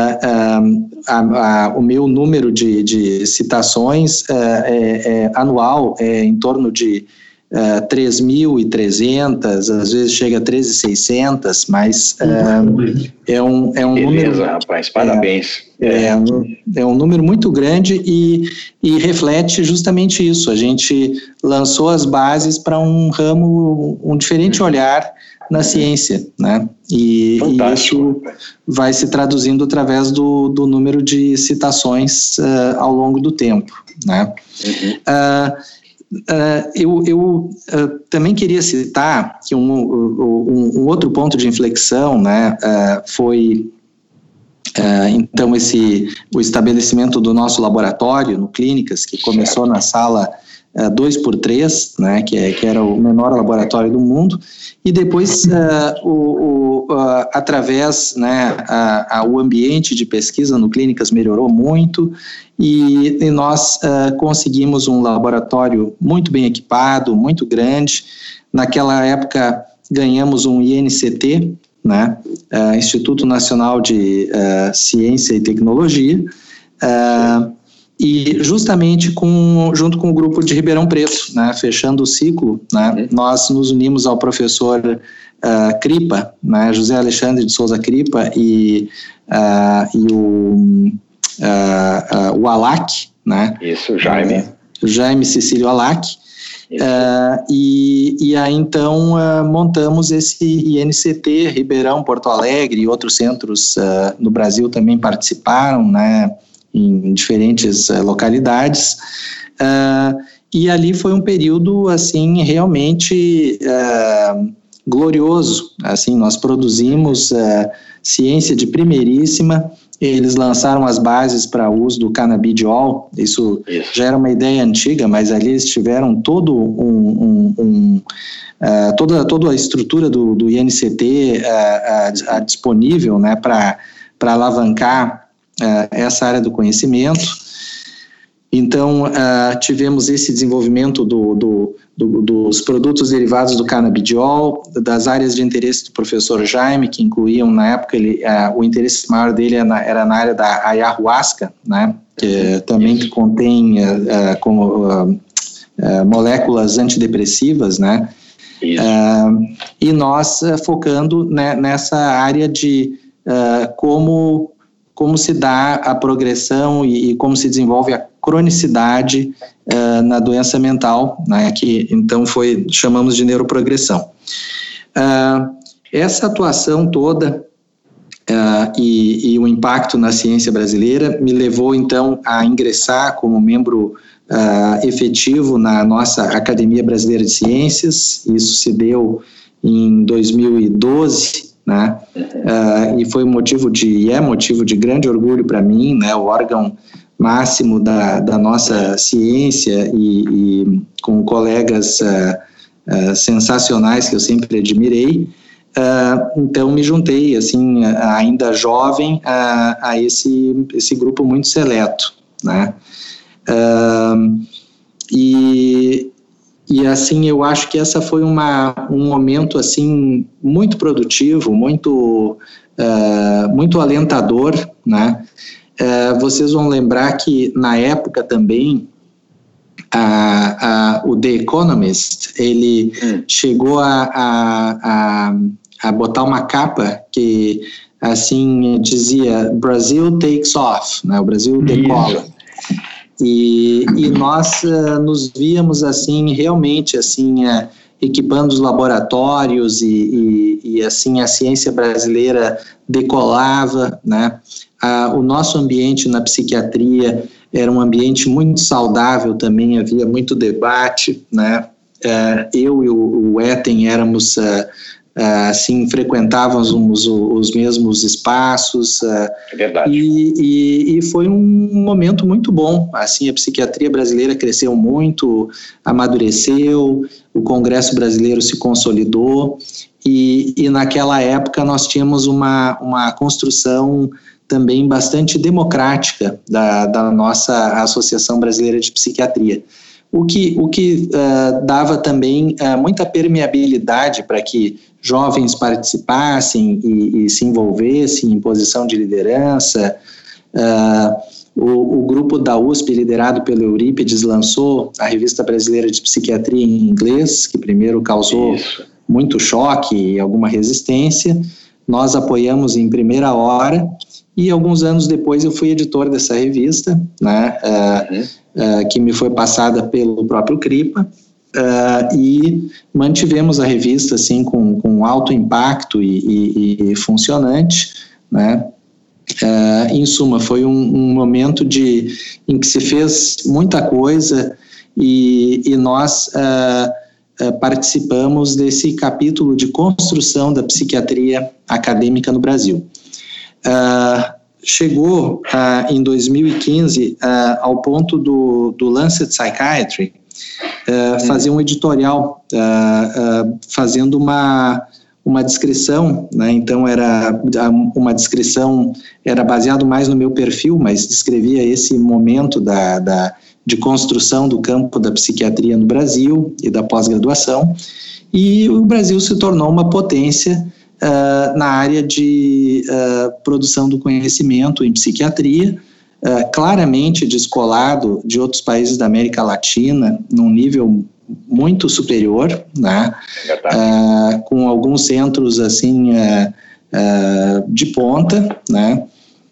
o meu número de citações anual é em torno de 3.300, às vezes chega a 13.600, mas é um Beleza, número... rapaz, parabéns. É um número muito grande e reflete justamente isso. A gente lançou as bases para um ramo, um diferente olhar na ciência, né? E isso vai se traduzindo através do número de citações ao longo do tempo, né? Eu também queria citar que um outro ponto de inflexão, né, foi Então, o estabelecimento do nosso laboratório no Clínicas, que começou na sala 2x3, né, que era o menor laboratório do mundo, e depois, através, né, o ambiente de pesquisa no Clínicas melhorou muito, e nós conseguimos um laboratório muito bem equipado, muito grande. Naquela época, ganhamos um INCT, né, Instituto Nacional de Ciência e Tecnologia, e justamente junto com o grupo de Ribeirão Preto, né, fechando o ciclo, né, nós nos unimos ao professor Cripa, né, José Alexandre de Souza Cripa, e o Alac, né? Isso, Jaime Cecílio Alac. E aí então montamos esse INCT. Ribeirão, Porto Alegre e outros centros no Brasil também participaram, né, em diferentes localidades, e ali foi um período assim realmente glorioso. Assim, nós produzimos ciência de primeiríssima. Eles lançaram as bases para o uso do canabidiol. Isso já era uma ideia antiga, mas ali eles tiveram toda a estrutura do INCT disponível, né, para alavancar essa área do conhecimento. Então, tivemos esse desenvolvimento dos produtos derivados do canabidiol, das áreas de interesse do professor Jaime, que incluíam, na época, o interesse maior dele era na área da ayahuasca, né, que também contém moléculas antidepressivas, né, e nós focando, né, nessa área de como se dá a progressão e como se desenvolve a cronicidade na doença mental, né, que então chamamos de neuroprogressão. Essa atuação toda e o impacto na ciência brasileira me levou então a ingressar como membro efetivo na nossa Academia Brasileira de Ciências. Isso se deu em 2012, né? E foi motivo de grande orgulho para mim, né? O órgão máximo da nossa ciência e com colegas sensacionais que eu sempre admirei. Então me juntei, assim, ainda jovem, a esse grupo muito seleto, né? E assim, eu acho que essa foi um momento assim muito produtivo, muito alentador, né? Vocês vão lembrar que na época também o The Economist, ele chegou a botar uma capa que assim dizia Brazil takes off, né? O Brasil decola. E nós nos víamos assim realmente assim equipando os laboratórios e assim a ciência brasileira decolava, né? O nosso ambiente na psiquiatria era um ambiente muito saudável também, havia muito debate, né? Eu e o Eten éramos assim, frequentávamos os mesmos espaços. É verdade. E foi um momento muito bom. Assim, a psiquiatria brasileira cresceu muito, amadureceu, o Congresso Brasileiro se consolidou e naquela época nós tínhamos uma construção também bastante democrática da nossa Associação Brasileira de Psiquiatria. O que dava também muita permeabilidade para que jovens participassem e se envolvessem em posição de liderança. O grupo da USP, liderado pelo Eurípides, lançou a Revista Brasileira de Psiquiatria em inglês, que primeiro causou muito choque e alguma resistência. Nós apoiamos em primeira hora e alguns anos depois eu fui editor dessa revista, né, que me foi passada pelo próprio Cripa, e mantivemos a revista assim, com alto impacto e funcionante, né. Em suma, foi um momento em que se fez muita coisa e nós participamos desse capítulo de construção da psiquiatria acadêmica no Brasil. chegou em 2015 ao ponto do Lancet Psychiatry fazer um editorial fazendo uma descrição, né? Então era uma descrição, era baseado mais no meu perfil, mas descrevia esse momento de construção do campo da psiquiatria no Brasil e da pós-graduação, e o Brasil se tornou uma potência na área de produção do conhecimento em psiquiatria, claramente descolado de outros países da América Latina, num nível muito superior, né? Com alguns centros assim de ponta, né?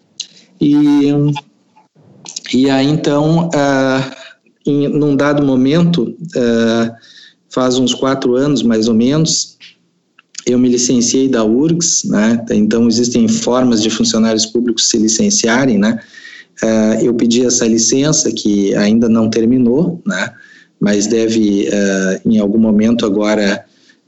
E aí então, num dado momento, faz uns 4 anos mais ou menos, eu me licenciei da URGS, né? Então existem formas de funcionários públicos se licenciarem, né? Eu pedi essa licença, que ainda não terminou, né? Mas deve, em algum momento agora,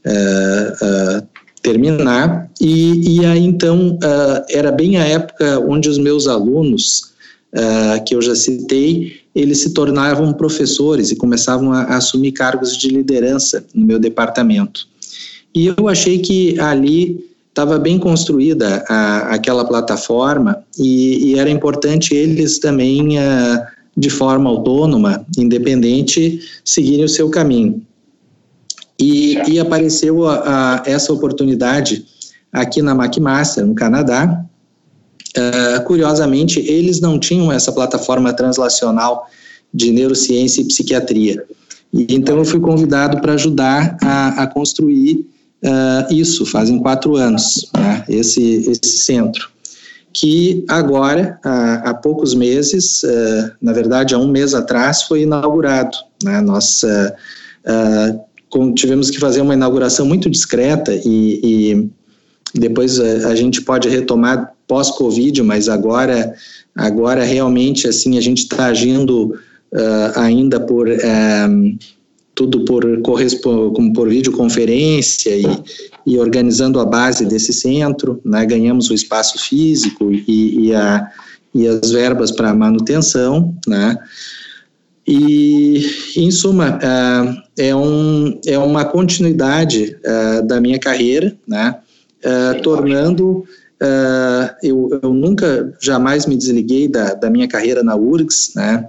terminar. E aí, então, era bem a época onde os meus alunos, que eu já citei, eles se tornavam professores e começavam a assumir cargos de liderança no meu departamento. E eu achei que ali estava bem construída aquela plataforma e era importante eles também, de forma autônoma, independente, seguirem o seu caminho. E apareceu essa oportunidade aqui na McMaster, no Canadá. Curiosamente, eles não tinham essa plataforma translacional de neurociência e psiquiatria. E então eu fui convidado para ajudar a construir isso, fazem 4 anos, né, esse centro, que agora, há poucos meses, na verdade há 1 mês atrás, foi inaugurado, né? Nós tivemos que fazer uma inauguração muito discreta e depois a gente pode retomar pós-Covid, mas agora realmente assim, a gente está agindo ainda por tudo por videoconferência e organizando a base desse centro, né? Ganhamos o espaço físico e as verbas para manutenção, né? E, em suma, é uma continuidade da minha carreira, né? Tornando... eu nunca, jamais me desliguei da minha carreira na URGS, né?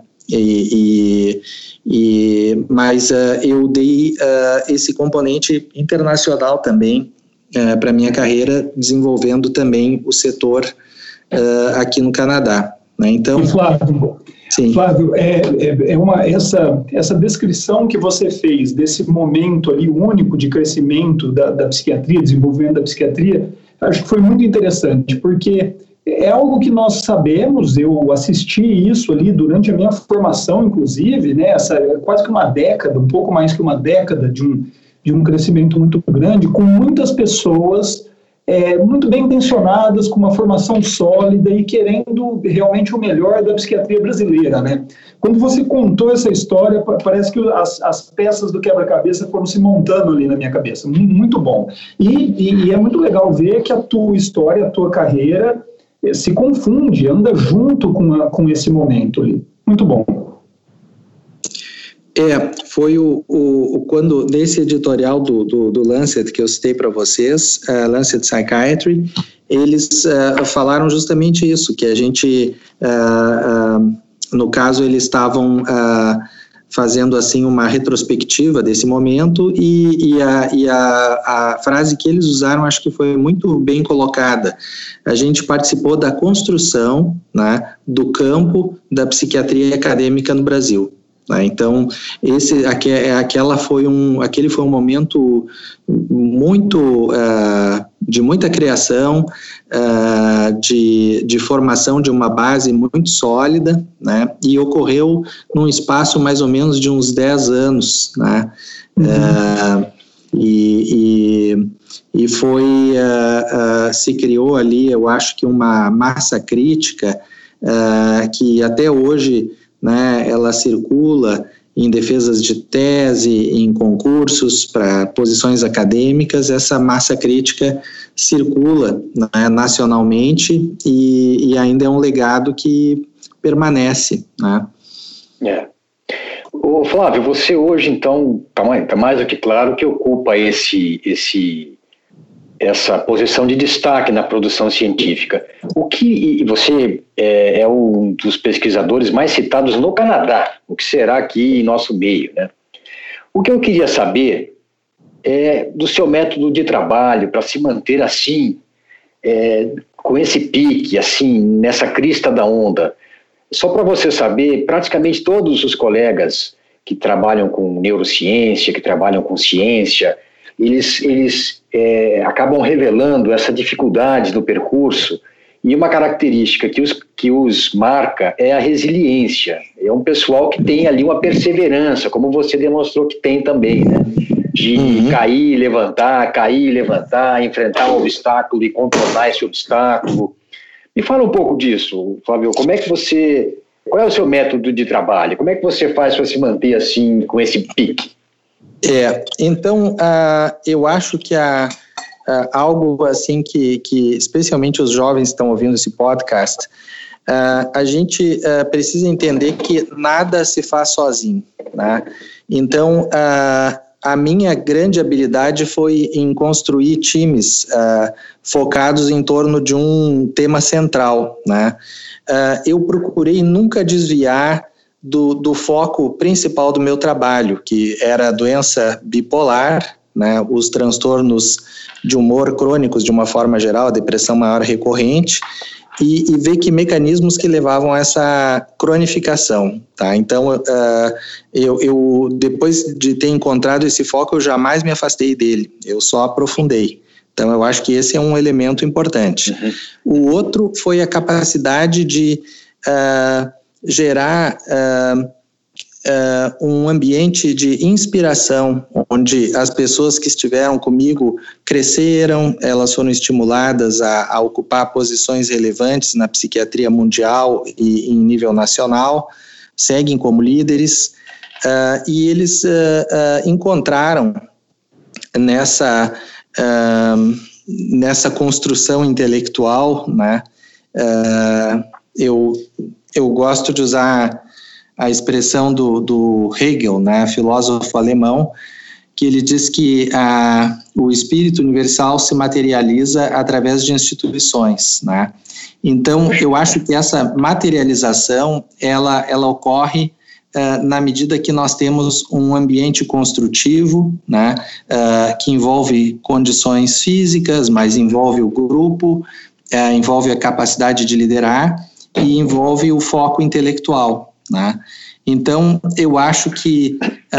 Mas eu dei esse componente internacional também para a minha carreira, desenvolvendo também o setor aqui no Canadá, né? Então, Flávio, essa descrição que você fez desse momento ali único de crescimento da psiquiatria, desenvolvimento da psiquiatria, acho que foi muito interessante, porque é algo que nós sabemos. Eu assisti isso ali durante a minha formação, inclusive, né, quase que uma década, um pouco mais que uma década de um crescimento muito grande, com muitas pessoas muito bem intencionadas, com uma formação sólida e querendo realmente o melhor da psiquiatria brasileira, né? Quando você contou essa história, parece que as peças do quebra-cabeça foram se montando ali na minha cabeça. Muito bom. E é muito legal ver que a tua história, a tua carreira se confunde, anda junto com esse momento ali. Muito bom. Foi quando, nesse editorial do Lancet que eu citei para vocês, Lancet Psychiatry, eles falaram justamente isso, que a gente, no caso, eles estavam fazendo assim uma retrospectiva desse momento e a frase que eles usaram acho que foi muito bem colocada. A gente participou da construção, né, do campo da psiquiatria acadêmica no Brasil. Então, aquele foi um momento muito de muita criação, de formação de uma base muito sólida, né? E ocorreu num espaço mais ou menos de uns 10 anos, né? E foi se criou ali, eu acho que uma massa crítica que até hoje, né, ela circula em defesas de tese, em concursos para posições acadêmicas, essa massa crítica circula, né, nacionalmente e ainda é um legado que permanece, né? Ô, Flávio, você hoje, então, está mais do que claro que ocupa essa posição de destaque na produção científica. E você é um dos pesquisadores mais citados no Canadá, o que será aqui em nosso meio, né? O que eu queria saber é do seu método de trabalho para se manter assim, com esse pique, assim, nessa crista da onda. Só para você saber, praticamente todos os colegas que trabalham com neurociência, que trabalham com ciência, eles acabam revelando essa dificuldade do percurso, e uma característica que os marca é a resiliência. É um pessoal que tem ali uma perseverança, como você demonstrou que tem também, né? De cair, levantar, enfrentar um obstáculo e contornar esse obstáculo. Me fala um pouco disso, Flávio. Qual é o seu método de trabalho? Como é que você faz para se manter assim, com esse pique? Então, eu acho que algo assim que especialmente os jovens estão ouvindo esse podcast, a gente precisa entender que nada se faz sozinho, né? Então, a minha grande habilidade foi em construir times focados em torno de um tema central, né? Eu procurei nunca desviar do foco principal do meu trabalho, que era a doença bipolar, né, os transtornos de humor crônicos de uma forma geral, a depressão maior recorrente, e ver que mecanismos que levavam a essa cronificação, tá? Então, eu depois de ter encontrado esse foco, eu jamais me afastei dele, eu só aprofundei. Então, eu acho que esse é um elemento importante. O outro foi a capacidade de gerar um ambiente de inspiração, onde as pessoas que estiveram comigo cresceram, elas foram estimuladas a ocupar posições relevantes na psiquiatria mundial e em nível nacional, seguem como líderes, e eles encontraram nessa construção intelectual, né? Eu gosto de usar a expressão do Hegel, né, filósofo alemão, que ele diz que o espírito universal se materializa através de instituições, né? Então, eu acho que essa materialização, ela ocorre na medida que nós temos um ambiente construtivo, né, que envolve condições físicas, mas envolve o grupo, envolve a capacidade de liderar e envolve o foco intelectual, né? Então, eu acho que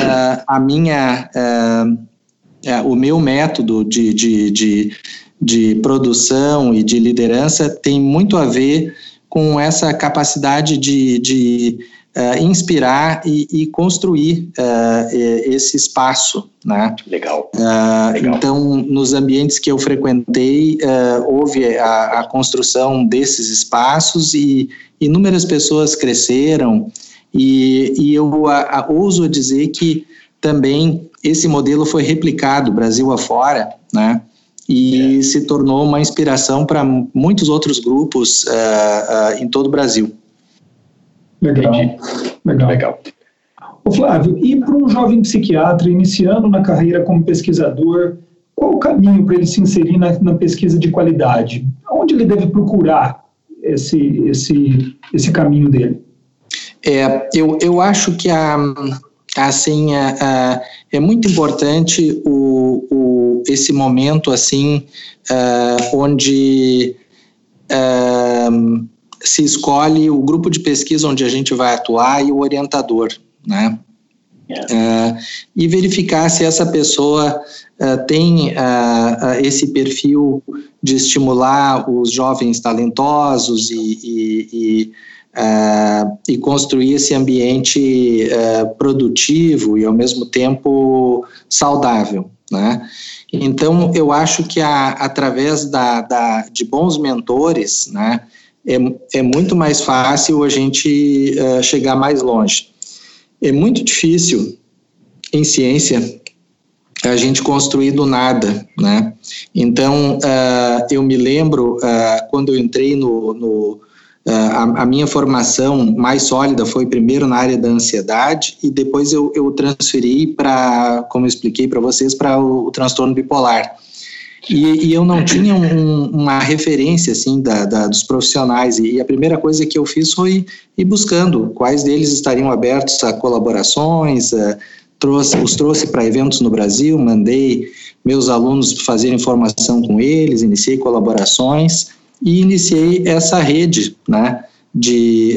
o meu método de produção e de liderança tem muito a ver com essa capacidade de inspirar e construir esse espaço, né? Legal. Então, nos ambientes que eu frequentei, houve a construção desses espaços e inúmeras pessoas cresceram e eu ouso dizer que também esse modelo foi replicado Brasil afora, né? E se tornou uma inspiração para muitos outros grupos em todo o Brasil. Legal. Ô Flávio, e para um jovem psiquiatra iniciando na carreira como pesquisador, qual o caminho para ele se inserir na pesquisa de qualidade? Onde ele deve procurar esse caminho dele? Eu acho que é muito importante esse momento assim, onde se escolhe o grupo de pesquisa onde a gente vai atuar e o orientador, né? E verificar se essa pessoa tem esse perfil de estimular os jovens talentosos e construir esse ambiente produtivo e ao mesmo tempo saudável, né? Então eu acho que através de bons mentores, né, é muito mais fácil a gente chegar mais longe. É muito difícil em ciência a gente construir do nada, né? Então, eu me lembro, quando eu entrei a minha formação mais sólida foi primeiro na área da ansiedade e depois eu transferi para, como eu expliquei para vocês, para o transtorno bipolar. E eu não tinha uma referência assim dos profissionais, e a primeira coisa que eu fiz foi ir buscando quais deles estariam abertos a colaborações, os trouxe para eventos no Brasil, mandei meus alunos fazerem formação com eles, iniciei colaborações e iniciei essa rede, né, de,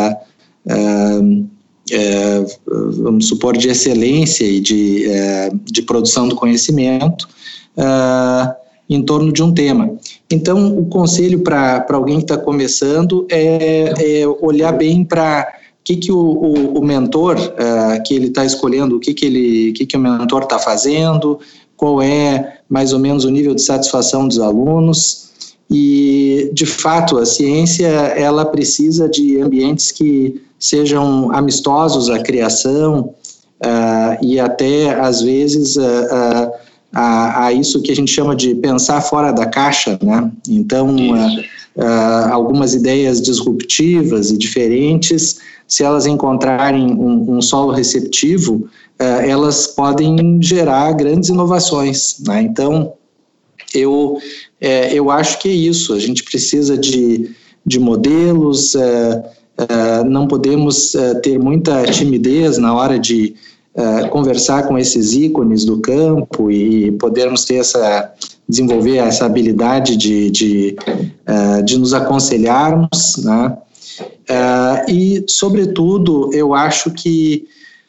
vamos supor, de excelência e de produção do conhecimento em torno de um tema. Então, o conselho para alguém que está começando é olhar bem para que o mentor que ele está escolhendo, o que o mentor está fazendo, qual é mais ou menos o nível de satisfação dos alunos. E, de fato, a ciência ela precisa de ambientes que sejam amistosos à criação e até, às vezes, a isso que a gente chama de pensar fora da caixa, né? Então, algumas ideias disruptivas e diferentes, se elas encontrarem um solo receptivo, elas podem gerar grandes inovações, né? Então, eu acho que é isso, a gente precisa de modelos, não podemos ter muita timidez na hora de conversar com esses ícones do campo e podermos desenvolver essa habilidade de nos aconselharmos, né? E, sobretudo, eu acho que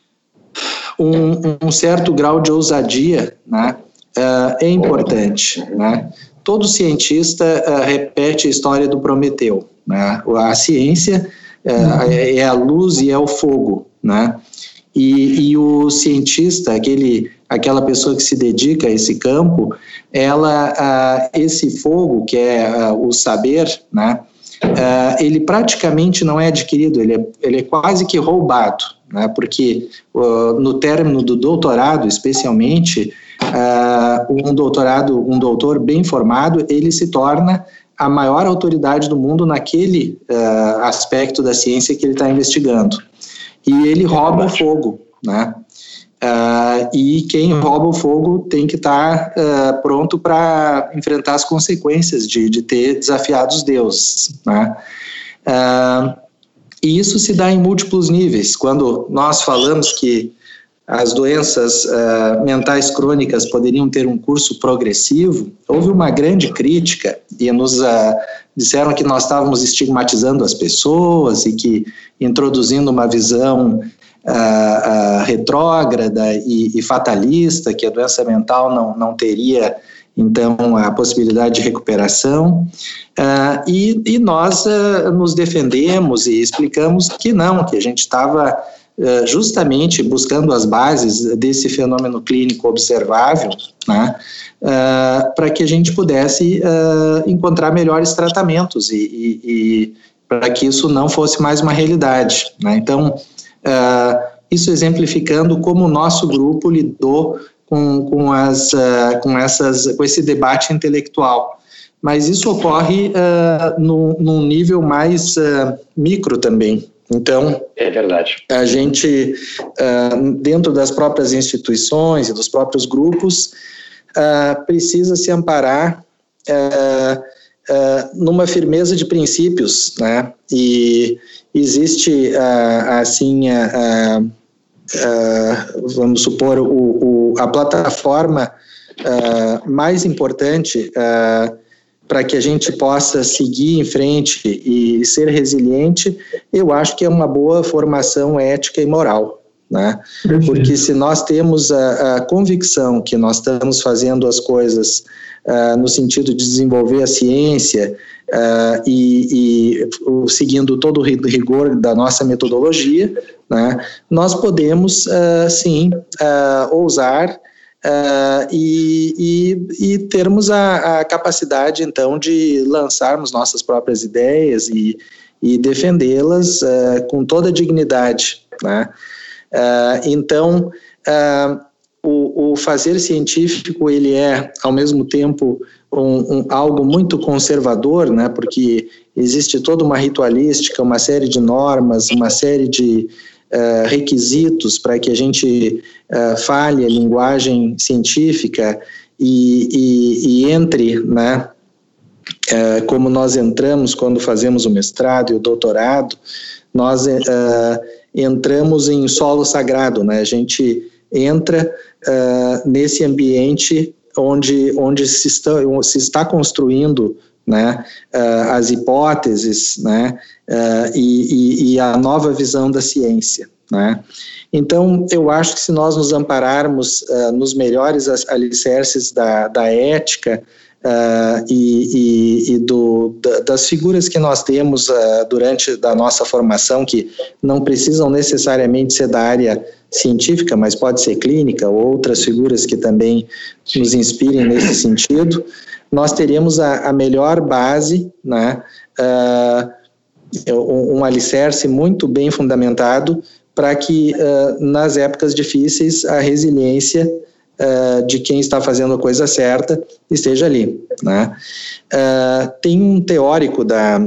um certo grau de ousadia, né, é importante, né? Todo cientista repete a história do Prometeu, né? A ciência é a luz e é o fogo, né? E o cientista, aquela pessoa que se dedica a esse campo, esse fogo, que é o saber, né? Ele praticamente não é adquirido, ele é quase que roubado, né? Porque no término do doutorado, especialmente, um doutor bem formado, ele se torna a maior autoridade do mundo naquele aspecto da ciência que ele está investigando. E ele rouba o fogo, né? E quem rouba o fogo tem que estar pronto para enfrentar as consequências de ter desafiado os deuses, né? E isso se dá em múltiplos níveis. Quando nós falamos que as doenças mentais crônicas poderiam ter um curso progressivo, houve uma grande crítica e nos disseram que nós estávamos estigmatizando as pessoas e que introduzindo uma visão retrógrada e fatalista, que a doença mental não teria, então, a possibilidade de recuperação. E nós nos defendemos e explicamos que não, que a gente estava justamente buscando as bases desse fenômeno clínico observável, né, para que a gente pudesse encontrar melhores tratamentos e para que isso não fosse mais uma realidade, né? Então, isso exemplificando como o nosso grupo lidou com esse debate intelectual. Mas isso ocorre num nível mais micro também. Então, é verdade. A gente, dentro das próprias instituições e dos próprios grupos, precisa se amparar numa firmeza de princípios, né? E existe, assim, vamos supor, a plataforma mais importante para que a gente possa seguir em frente e ser resiliente, eu acho que é uma boa formação ética e moral, né? Porque se nós temos a convicção que nós estamos fazendo as coisas no sentido de desenvolver a ciência e seguindo todo o rigor da nossa metodologia, né, nós podemos, sim, ousar e termos a capacidade, então, de lançarmos nossas próprias ideias e defendê-las com toda a dignidade, né? Então, o fazer científico, ele é, ao mesmo tempo, algo muito conservador, né? Porque existe toda uma ritualística, uma série de normas, uma série de requisitos para que a gente fale a linguagem científica e entre, né? Como nós entramos quando fazemos o mestrado e o doutorado, nós entramos em solo sagrado, né? A gente entra nesse ambiente onde se está construindo, né, as hipóteses, né, e a nova visão da ciência, né? Então, eu acho que se nós nos ampararmos nos melhores alicerces da ética das figuras que nós temos durante da nossa formação, que não precisam necessariamente ser da área científica, mas pode ser clínica, ou outras figuras que também nos inspirem nesse sentido, nós teríamos a melhor base, né, um alicerce muito bem fundamentado para que nas épocas difíceis a resiliência de quem está fazendo a coisa certa esteja ali, né? Tem um teórico da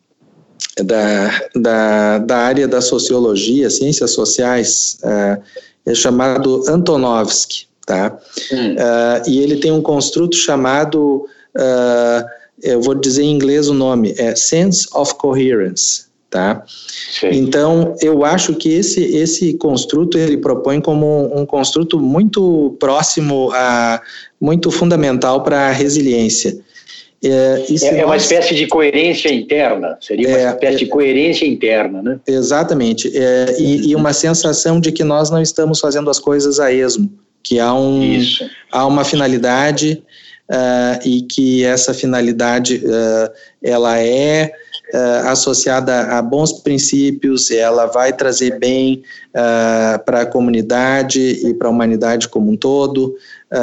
área da sociologia, ciências sociais, é chamado Antonovsky, tá? E ele tem um construto chamado, eu vou dizer em inglês o nome, Sense of Coherence, tá? Sim. Então, eu acho que esse construto ele propõe como um construto muito próximo, muito fundamental para a resiliência. Uma espécie de coerência interna, seria uma espécie de coerência interna, né? Exatamente, e uma sensação de que nós não estamos fazendo as coisas a esmo, que há uma finalidade e que essa finalidade ela é associada a bons princípios, ela vai trazer bem para a comunidade e para a humanidade como um todo,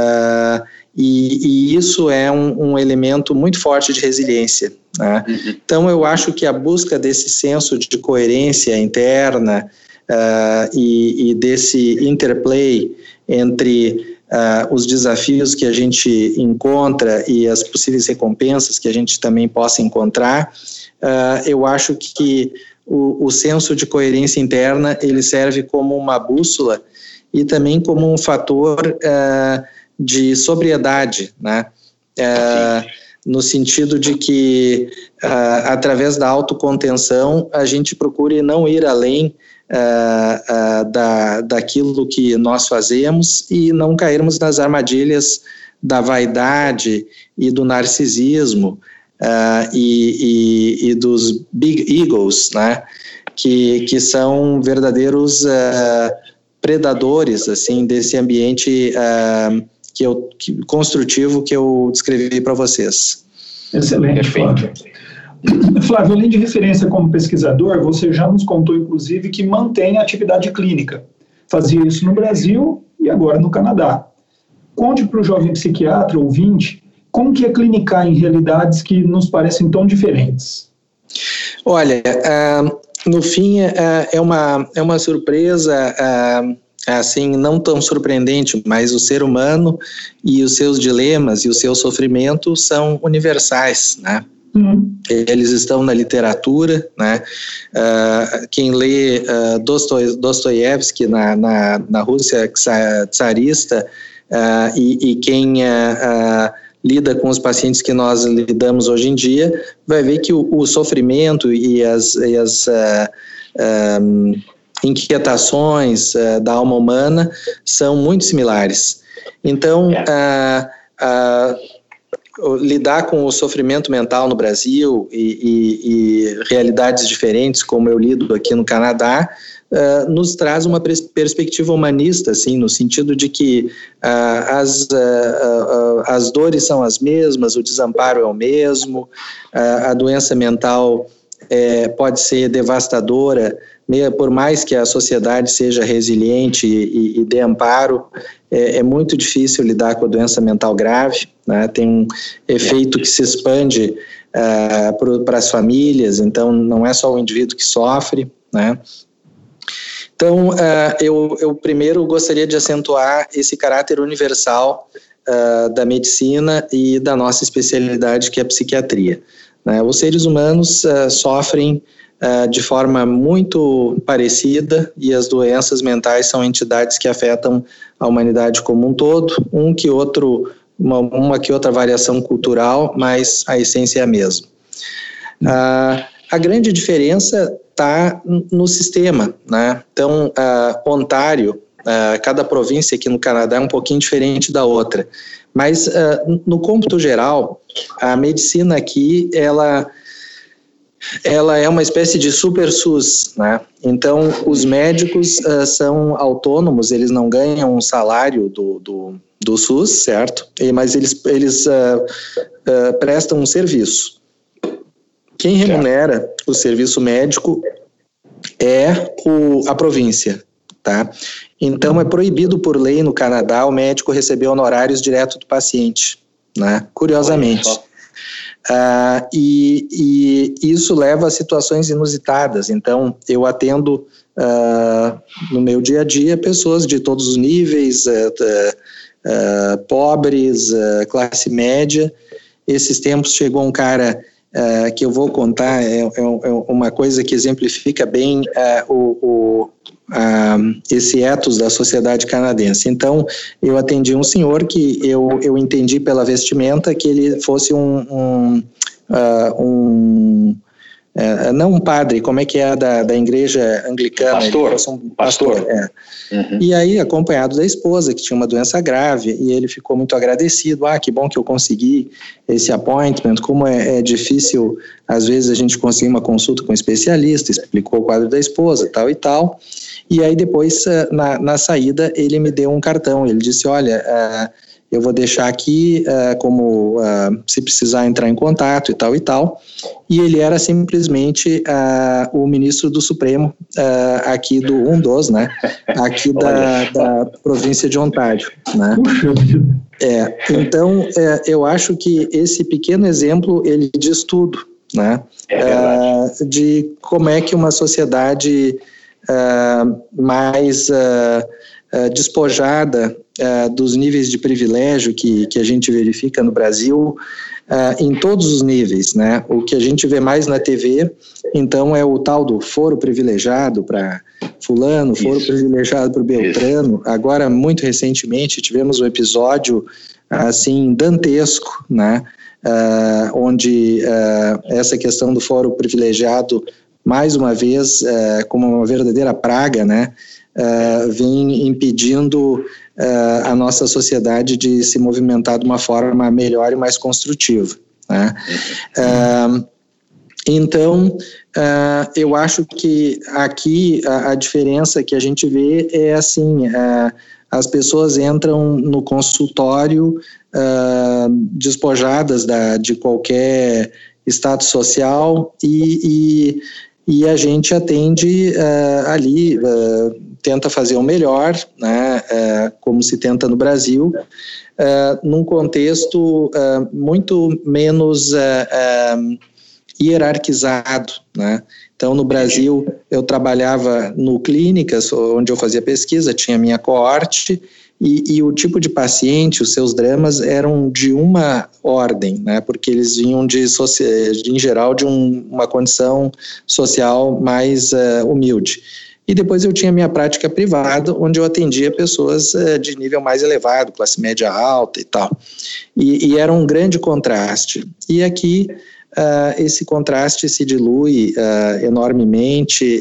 e isso é um elemento muito forte de resiliência, né? Então eu acho que a busca desse senso de coerência interna e desse interplay entre os desafios que a gente encontra e as possíveis recompensas que a gente também possa encontrar, eu acho que o senso de coerência interna ele serve como uma bússola e também como um fator de sobriedade, né? No sentido de que através da autocontenção a gente procure não ir além daquilo que nós fazemos e não cairmos nas armadilhas da vaidade e do narcisismo e dos big egos, né? Que são verdadeiros predadores assim desse ambiente construtivo que eu descrevi para vocês. Excelente, Flávio. Flávio, além de referência como pesquisador, você já nos contou, inclusive, que mantém a atividade clínica. Fazia isso no Brasil e agora no Canadá. Conte para o jovem psiquiatra ouvinte como que é clinicar em realidades que nos parecem tão diferentes. Olha, no fim é uma surpresa, assim, não tão surpreendente, mas o ser humano e os seus dilemas e o seu sofrimento são universais, né? Eles estão na literatura, né? Quem lê Dostoiévski na Rússia tsarista e quem lida com os pacientes que nós lidamos hoje em dia vai ver que o sofrimento e as inquietações da alma humana são muito similares. Então, lidar com o sofrimento mental no Brasil e realidades diferentes, como eu lido aqui no Canadá, nos traz uma perspectiva humanista, assim, no sentido de que as dores são as mesmas, o desamparo é o mesmo, a doença mental pode ser devastadora, por mais que a sociedade seja resiliente e dê amparo, é muito difícil lidar com a doença mental grave, né? Tem um efeito que se expande para as famílias, então não é só o indivíduo que sofre, né? Então, eu primeiro gostaria de acentuar esse caráter universal da medicina e da nossa especialidade, que é a psiquiatria. Né? Os seres humanos sofrem de forma muito parecida, e as doenças mentais são entidades que afetam a humanidade como um todo, uma que outra variação cultural, mas a essência é a mesma. A grande diferença está no sistema, né? Então, Ontário, cada província aqui no Canadá é um pouquinho diferente da outra, mas no cômputo geral, a medicina aqui, ela é uma espécie de super SUS, né? Então, os médicos são autônomos, eles não ganham um salário do SUS, certo? Mas eles prestam um serviço. Quem remunera o serviço médico é a província, tá? Então, é proibido por lei no Canadá o médico receber honorários direto do paciente, né? Curiosamente. E isso leva a situações inusitadas. Então, eu atendo no meu dia a dia pessoas de todos os níveis, pobres, classe média. Esses tempos chegou um cara que eu vou contar, é uma coisa que exemplifica bem esse ethos da sociedade canadense. Então, eu atendi um senhor que eu entendi pela vestimenta que ele fosse não um padre, como é que é da igreja anglicana? Pastor. Uhum. E aí, acompanhado da esposa, que tinha uma doença grave, e ele ficou muito agradecido. Que bom que eu consegui esse appointment, como é difícil, às vezes, a gente conseguir uma consulta com um especialista, explicou o quadro da esposa, tal e tal. E aí, depois, na saída, ele me deu um cartão, ele disse, olha, eu vou deixar aqui como se precisar entrar em contato e tal e tal. E ele era simplesmente o ministro do Supremo aqui um dos, né? Aqui da província de Ontário, né? Puxa vida. Então, eu acho que esse pequeno exemplo, ele diz tudo, né? De como é que uma sociedade mais despojada dos níveis de privilégio que a gente verifica no Brasil, em todos os níveis, né? O que a gente vê mais na TV, então, é o tal do foro privilegiado para fulano, foro privilegiado para o Beltrano. Agora, muito recentemente, tivemos um episódio, assim, dantesco, né? Onde essa questão do foro privilegiado, mais uma vez, como uma verdadeira praga, né? Vem impedindo a nossa sociedade de se movimentar de uma forma melhor e mais construtiva, né? Então, eu acho que aqui a diferença que a gente vê é assim, as pessoas entram no consultório despojadas de qualquer status social e a gente atende ali, tenta fazer o melhor, né, como se tenta no Brasil, num contexto muito menos hierarquizado, né? Então, no Brasil, eu trabalhava no clínicas, onde eu fazia pesquisa, tinha minha coorte, e o tipo de paciente, os seus dramas eram de uma ordem, né? Porque eles vinham em geral de uma condição social mais humilde. E depois eu tinha minha prática privada, onde eu atendia pessoas de nível mais elevado, classe média alta e tal. E era um grande contraste. E aqui esse contraste se dilui enormemente,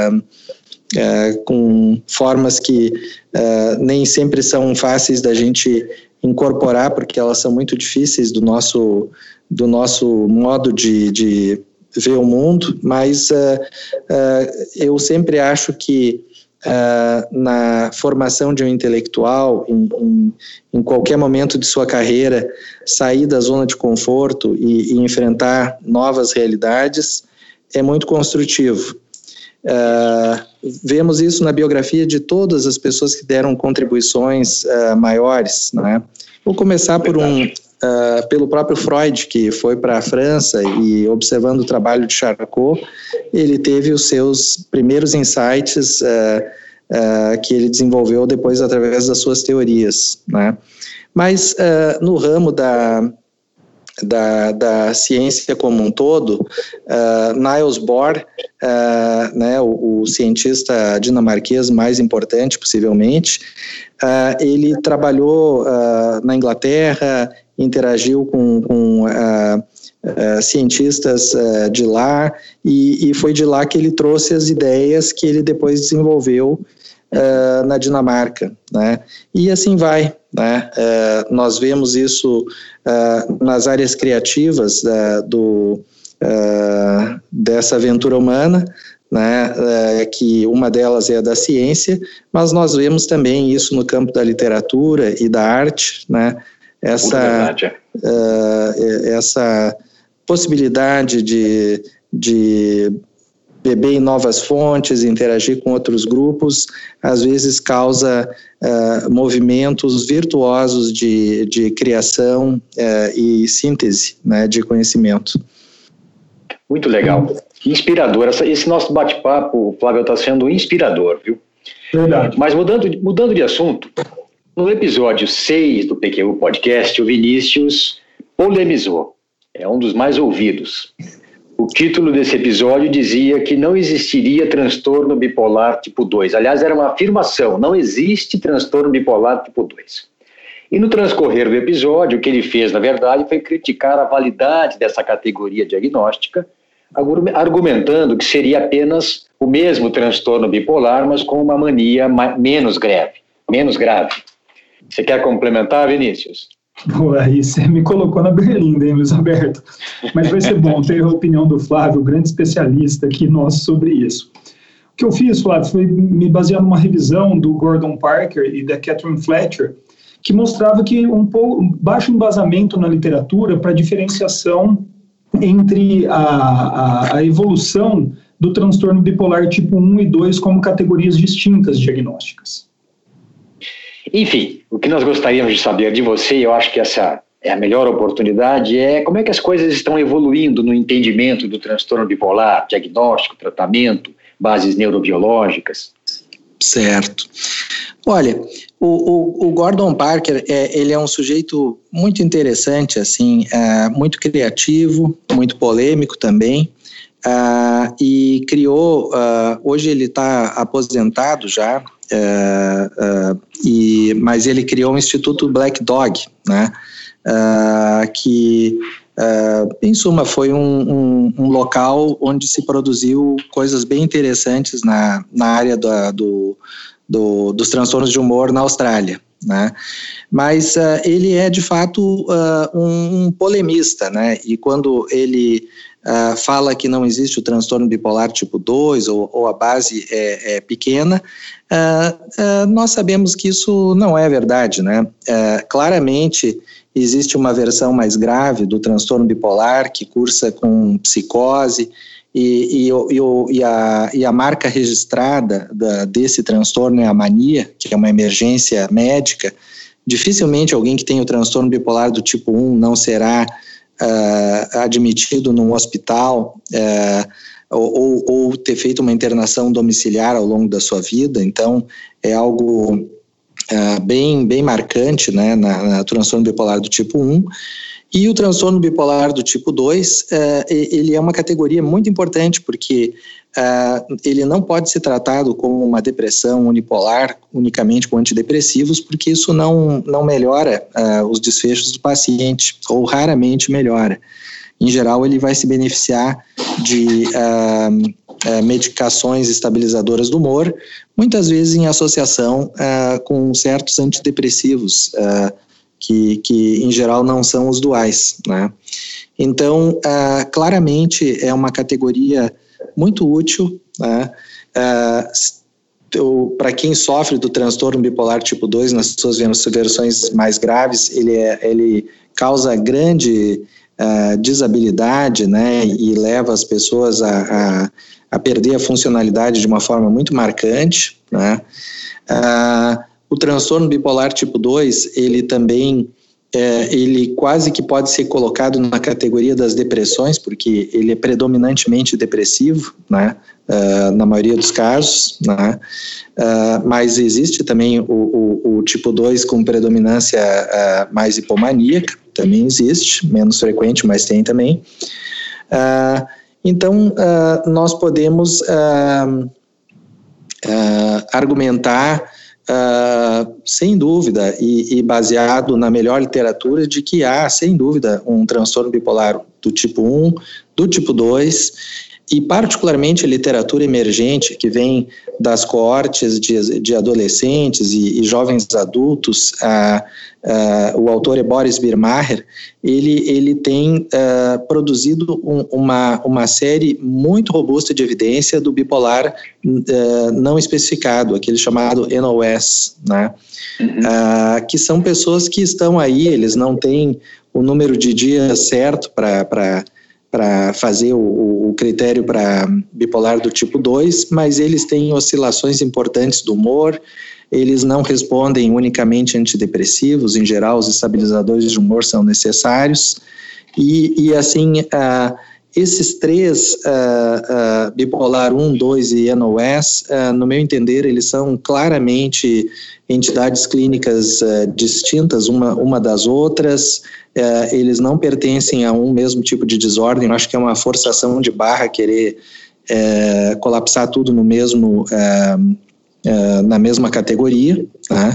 com formas que nem sempre são fáceis da gente incorporar, porque elas são muito difíceis do nosso modo de ver o mundo, mas eu sempre acho que na formação de um intelectual, em qualquer momento de sua carreira, sair da zona de conforto e enfrentar novas realidades é muito construtivo. Vemos isso na biografia de todas as pessoas que deram contribuições maiores, né? Vou começar pelo próprio Freud, que foi para a França e, observando o trabalho de Charcot, ele teve os seus primeiros insights que ele desenvolveu depois através das suas teorias, né? Mas no ramo da ciência como um todo, Niels Bohr, né, o cientista dinamarquês mais importante, possivelmente, ele trabalhou na Inglaterra, interagiu com cientistas de lá, e foi de lá que ele trouxe as ideias que ele depois desenvolveu na Dinamarca, né? E assim vai, né? Nós vemos isso nas áreas criativas dessa aventura humana, né? Que uma delas é a da ciência, mas nós vemos também isso no campo da literatura e da arte, né? Essa possibilidade de beber em novas fontes, interagir com outros grupos, às vezes causa movimentos virtuosos de criação e síntese, né, de conhecimento. Muito legal. Inspirador. Esse nosso bate-papo, Flávio, está sendo inspirador, viu? Verdade. Mas mudando de assunto, no episódio 6 do PQU Podcast, o Vinícius polemizou. É um dos mais ouvidos. O título desse episódio dizia que não existiria transtorno bipolar tipo 2. Aliás, era uma afirmação, não existe transtorno bipolar tipo 2. E no transcorrer do episódio, o que ele fez, na verdade, foi criticar a validade dessa categoria diagnóstica, argumentando que seria apenas o mesmo transtorno bipolar, mas com uma mania menos grave. Você quer complementar, Vinícius? Aí você me colocou na berlinda, hein, Luiz Alberto? Mas vai ser bom ter a opinião do Flávio, grande especialista aqui nosso sobre isso. O que eu fiz, Flávio, foi me basear numa revisão do Gordon Parker e da Catherine Fletcher, que mostrava que um baixo embasamento na literatura para diferenciação entre a evolução do transtorno bipolar tipo 1 e 2 como categorias distintas diagnósticas. Enfim, o que nós gostaríamos de saber de você, e eu acho que essa é a melhor oportunidade, é como é que as coisas estão evoluindo no entendimento do transtorno bipolar, diagnóstico, tratamento, bases neurobiológicas. Certo. Olha, o Gordon Parker, ele é um sujeito muito interessante, assim, muito criativo, muito polêmico também, e criou, hoje ele está aposentado já, mas ele criou o Instituto Black Dog, né, que, em suma, foi um local onde se produziu coisas bem interessantes na área dos transtornos de humor na Austrália, né? Mas ele é de fato um polemista, né? E quando ele fala que não existe o transtorno bipolar tipo 2 ou a base é pequena, nós sabemos que isso não é verdade, né? Claramente existe uma versão mais grave do transtorno bipolar que cursa com psicose, e a marca registrada desse transtorno é a mania, que é uma emergência médica. Dificilmente alguém que tem o transtorno bipolar do tipo 1 não será admitido num hospital ou ter feito uma internação domiciliar ao longo da sua vida. Então é algo bem marcante, né, na transtorno bipolar do tipo 1. E o transtorno bipolar do tipo 2, ele é uma categoria muito importante, porque ele não pode ser tratado como uma depressão unipolar, unicamente com antidepressivos, porque isso não melhora os desfechos do paciente, ou raramente melhora. Em geral, ele vai se beneficiar de medicações estabilizadoras do humor, muitas vezes em associação com certos antidepressivos, que em geral não são os duais, né? Então, claramente é uma categoria muito útil, né? Para quem sofre do transtorno bipolar tipo 2, nas suas versões mais graves, ele causa grande desabilidade, né? E leva as pessoas a perder a funcionalidade de uma forma muito marcante, né? O transtorno bipolar tipo 2, ele também, ele quase que pode ser colocado na categoria das depressões, porque ele é predominantemente depressivo, né? na maioria dos casos, né? Mas existe também o tipo 2 com predominância mais hipomaníaca, também existe, menos frequente, mas tem também. Então, nós podemos argumentar, sem dúvida, e baseado na melhor literatura, de que há, sem dúvida, um transtorno bipolar do tipo 1, do tipo 2, e particularmente a literatura emergente, que vem das coortes de adolescentes e jovens adultos. O autor é Boris Birmacher. Ele tem produzido uma série muito robusta de evidência do bipolar não especificado, aquele chamado NOS, né? Que são pessoas que estão aí, eles não têm o número de dias certo para fazer o critério para bipolar do tipo 2, mas eles têm oscilações importantes do humor, eles não respondem unicamente a antidepressivos, em geral os estabilizadores de humor são necessários, e assim, esses três, bipolar 1, 2 e NOS, no meu entender, eles são claramente entidades clínicas distintas uma das outras. Eles não pertencem a um mesmo tipo de desordem. Eu acho que é uma forçação de barra querer colapsar tudo no mesmo, na mesma categoria, né?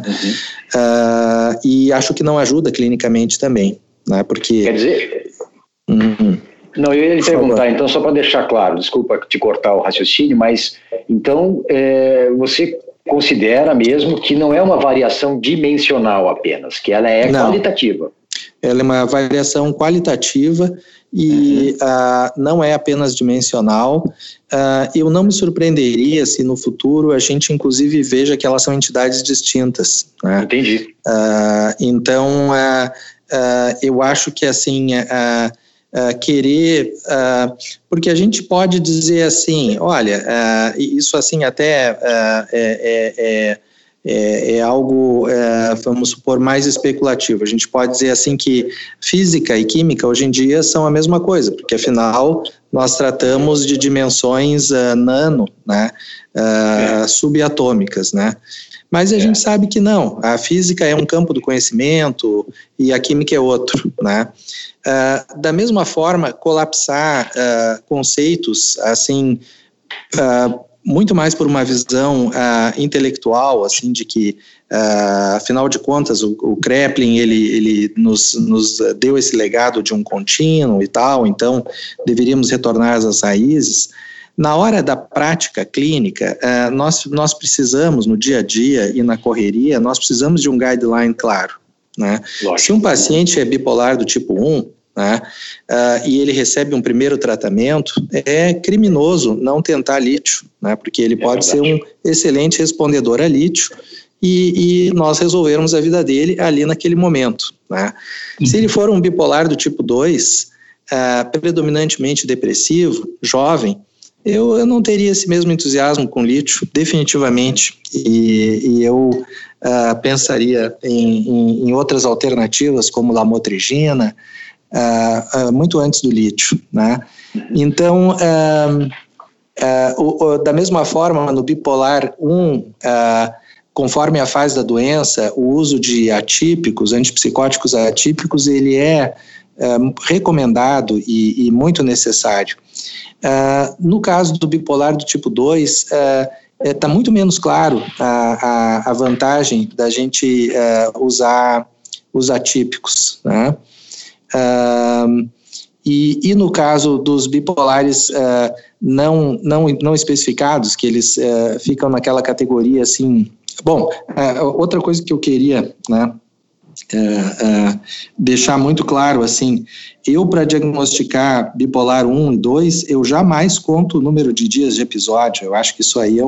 E acho que não ajuda clinicamente também, né? Porque... Quer dizer... Não, eu ia lhe perguntar, então, só para deixar claro, desculpa te cortar o raciocínio, mas então você considera mesmo que não é uma variação dimensional apenas, que ela é qualitativa? Ela é uma variação qualitativa e não é apenas dimensional. Eu não me surpreenderia se no futuro a gente inclusive veja que elas são entidades distintas, né? Entendi. Então, eu acho que assim... querer, porque a gente pode dizer assim, olha, isso assim até é algo, vamos supor, mais especulativo. A gente pode dizer assim que física e química hoje em dia são a mesma coisa, porque afinal nós tratamos de dimensões nano, né, subatômicas, né? Mas a gente sabe que não, a física é um campo do conhecimento e a química é outro, né? Da mesma forma, colapsar conceitos, assim, muito mais por uma visão intelectual, assim, de que, afinal de contas, o Kraepelin, ele nos deu esse legado de um contínuo e tal, então deveríamos retornar às raízes. Na hora da prática clínica, nós precisamos, no dia a dia e na correria, nós precisamos de um guideline claro, né? Se um paciente é bipolar do tipo 1, né, e ele recebe um primeiro tratamento, é criminoso não tentar lítio, né, porque ele pode ser um excelente respondedor a lítio e nós resolvermos a vida dele ali naquele momento, né? Se ele for um bipolar do tipo 2, predominantemente depressivo, jovem, eu não teria esse mesmo entusiasmo com lítio, definitivamente, e eu pensaria em outras alternativas, como lamotrigina, muito antes do lítio, né? Então, da mesma forma, no bipolar 1, conforme a fase da doença, o uso de atípicos, antipsicóticos atípicos, ele é recomendado e muito necessário. No caso do bipolar do tipo 2, está muito menos claro a vantagem da gente usar os atípicos, né? E no caso dos bipolares não especificados, que eles ficam naquela categoria assim... Bom, outra coisa que eu queria, né, deixar muito claro, assim, eu para diagnosticar bipolar 1 e 2, eu jamais conto o número de dias de episódio. Eu acho que isso aí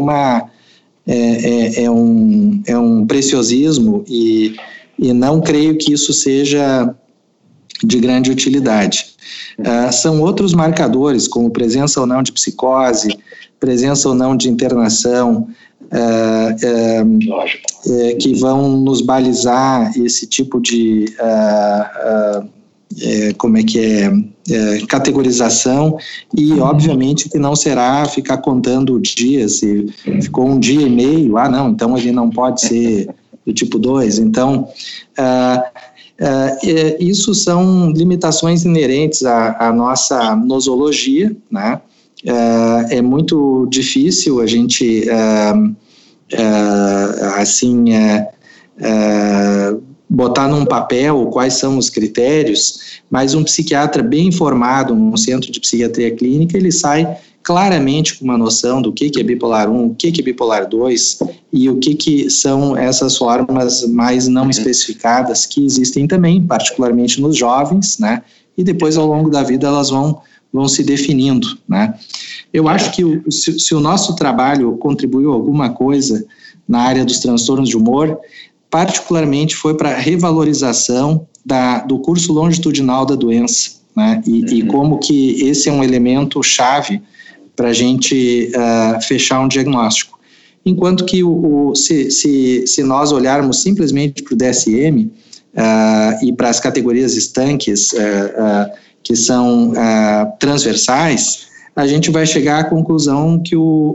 é um preciosismo e não creio que isso seja de grande utilidade. São outros marcadores, como presença ou não de psicose, presença ou não de internação, que vão nos balizar esse tipo de categorização e, obviamente, que não será ficar contando dias, se ficou um dia e meio, não, então ele não pode ser do tipo 2. Então, isso são limitações inerentes à nossa nosologia, né? É muito difícil a gente, botar num papel quais são os critérios, mas um psiquiatra bem informado num centro de psiquiatria clínica, ele sai claramente com uma noção do que é bipolar 1, o que é bipolar 2 e o que são essas formas mais não especificadas que existem também, particularmente nos jovens, né? E depois, ao longo da vida, elas vão se definindo, né? Eu acho que se o nosso trabalho contribuiu alguma coisa na área dos transtornos de humor, particularmente foi para a revalorização do curso longitudinal da doença, né? E como que esse é um elemento chave para a gente fechar um diagnóstico. Enquanto que se nós olharmos simplesmente para o DSM e para as categorias estanques que são transversais, a gente vai chegar à conclusão que o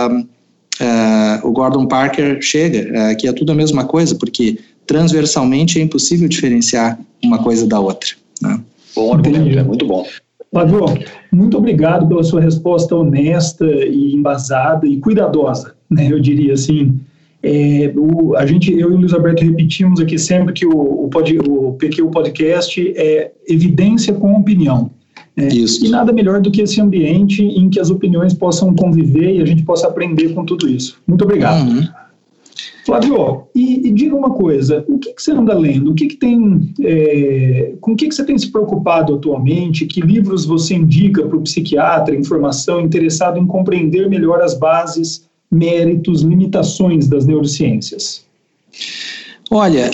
Gordon Parker chega, que é tudo a mesma coisa, porque transversalmente é impossível diferenciar uma coisa da outra, né? Bom argumento, é muito bom. Flávio, muito obrigado pela sua resposta honesta e embasada e cuidadosa, né? Eu diria assim. Eu e o Luiz Alberto repetimos aqui sempre que o PQ Podcast é evidência com opinião. E nada melhor do que esse ambiente em que as opiniões possam conviver e a gente possa aprender com tudo isso. Muito obrigado. Flávio, e diga uma coisa, o que você anda lendo? O que tem, com o que você tem se preocupado atualmente? Que livros você indica para o psiquiatra em formação interessado em compreender melhor as bases, méritos, limitações das neurociências? Olha,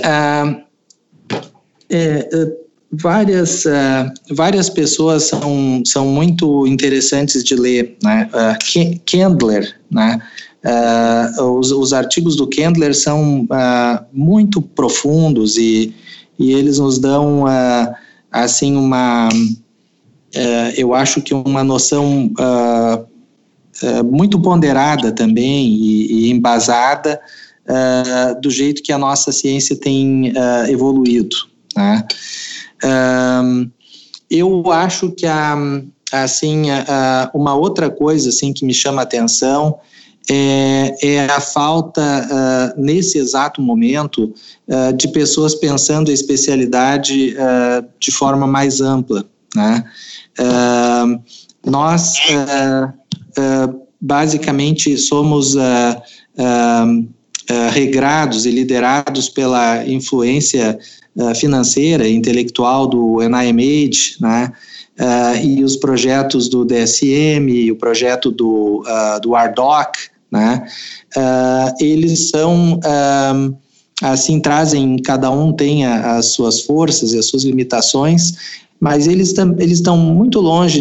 várias pessoas são muito interessantes de ler, né? Kendler, né? Os artigos do Kendler são muito profundos e eles nos dão assim eu acho que uma noção muito ponderada também e embasada do jeito que a nossa ciência tem evoluído, né? Eu acho que uma outra coisa assim que me chama a atenção é a falta nesse exato momento de pessoas pensando a especialidade de forma mais ampla, né? Nós basicamente somos regrados e liderados pela influência financeira e intelectual do NIMH, né? E os projetos do DSM e o projeto do ARDOC, né? Eles são assim, cada um tem as suas forças e as suas limitações, mas eles estão muito longe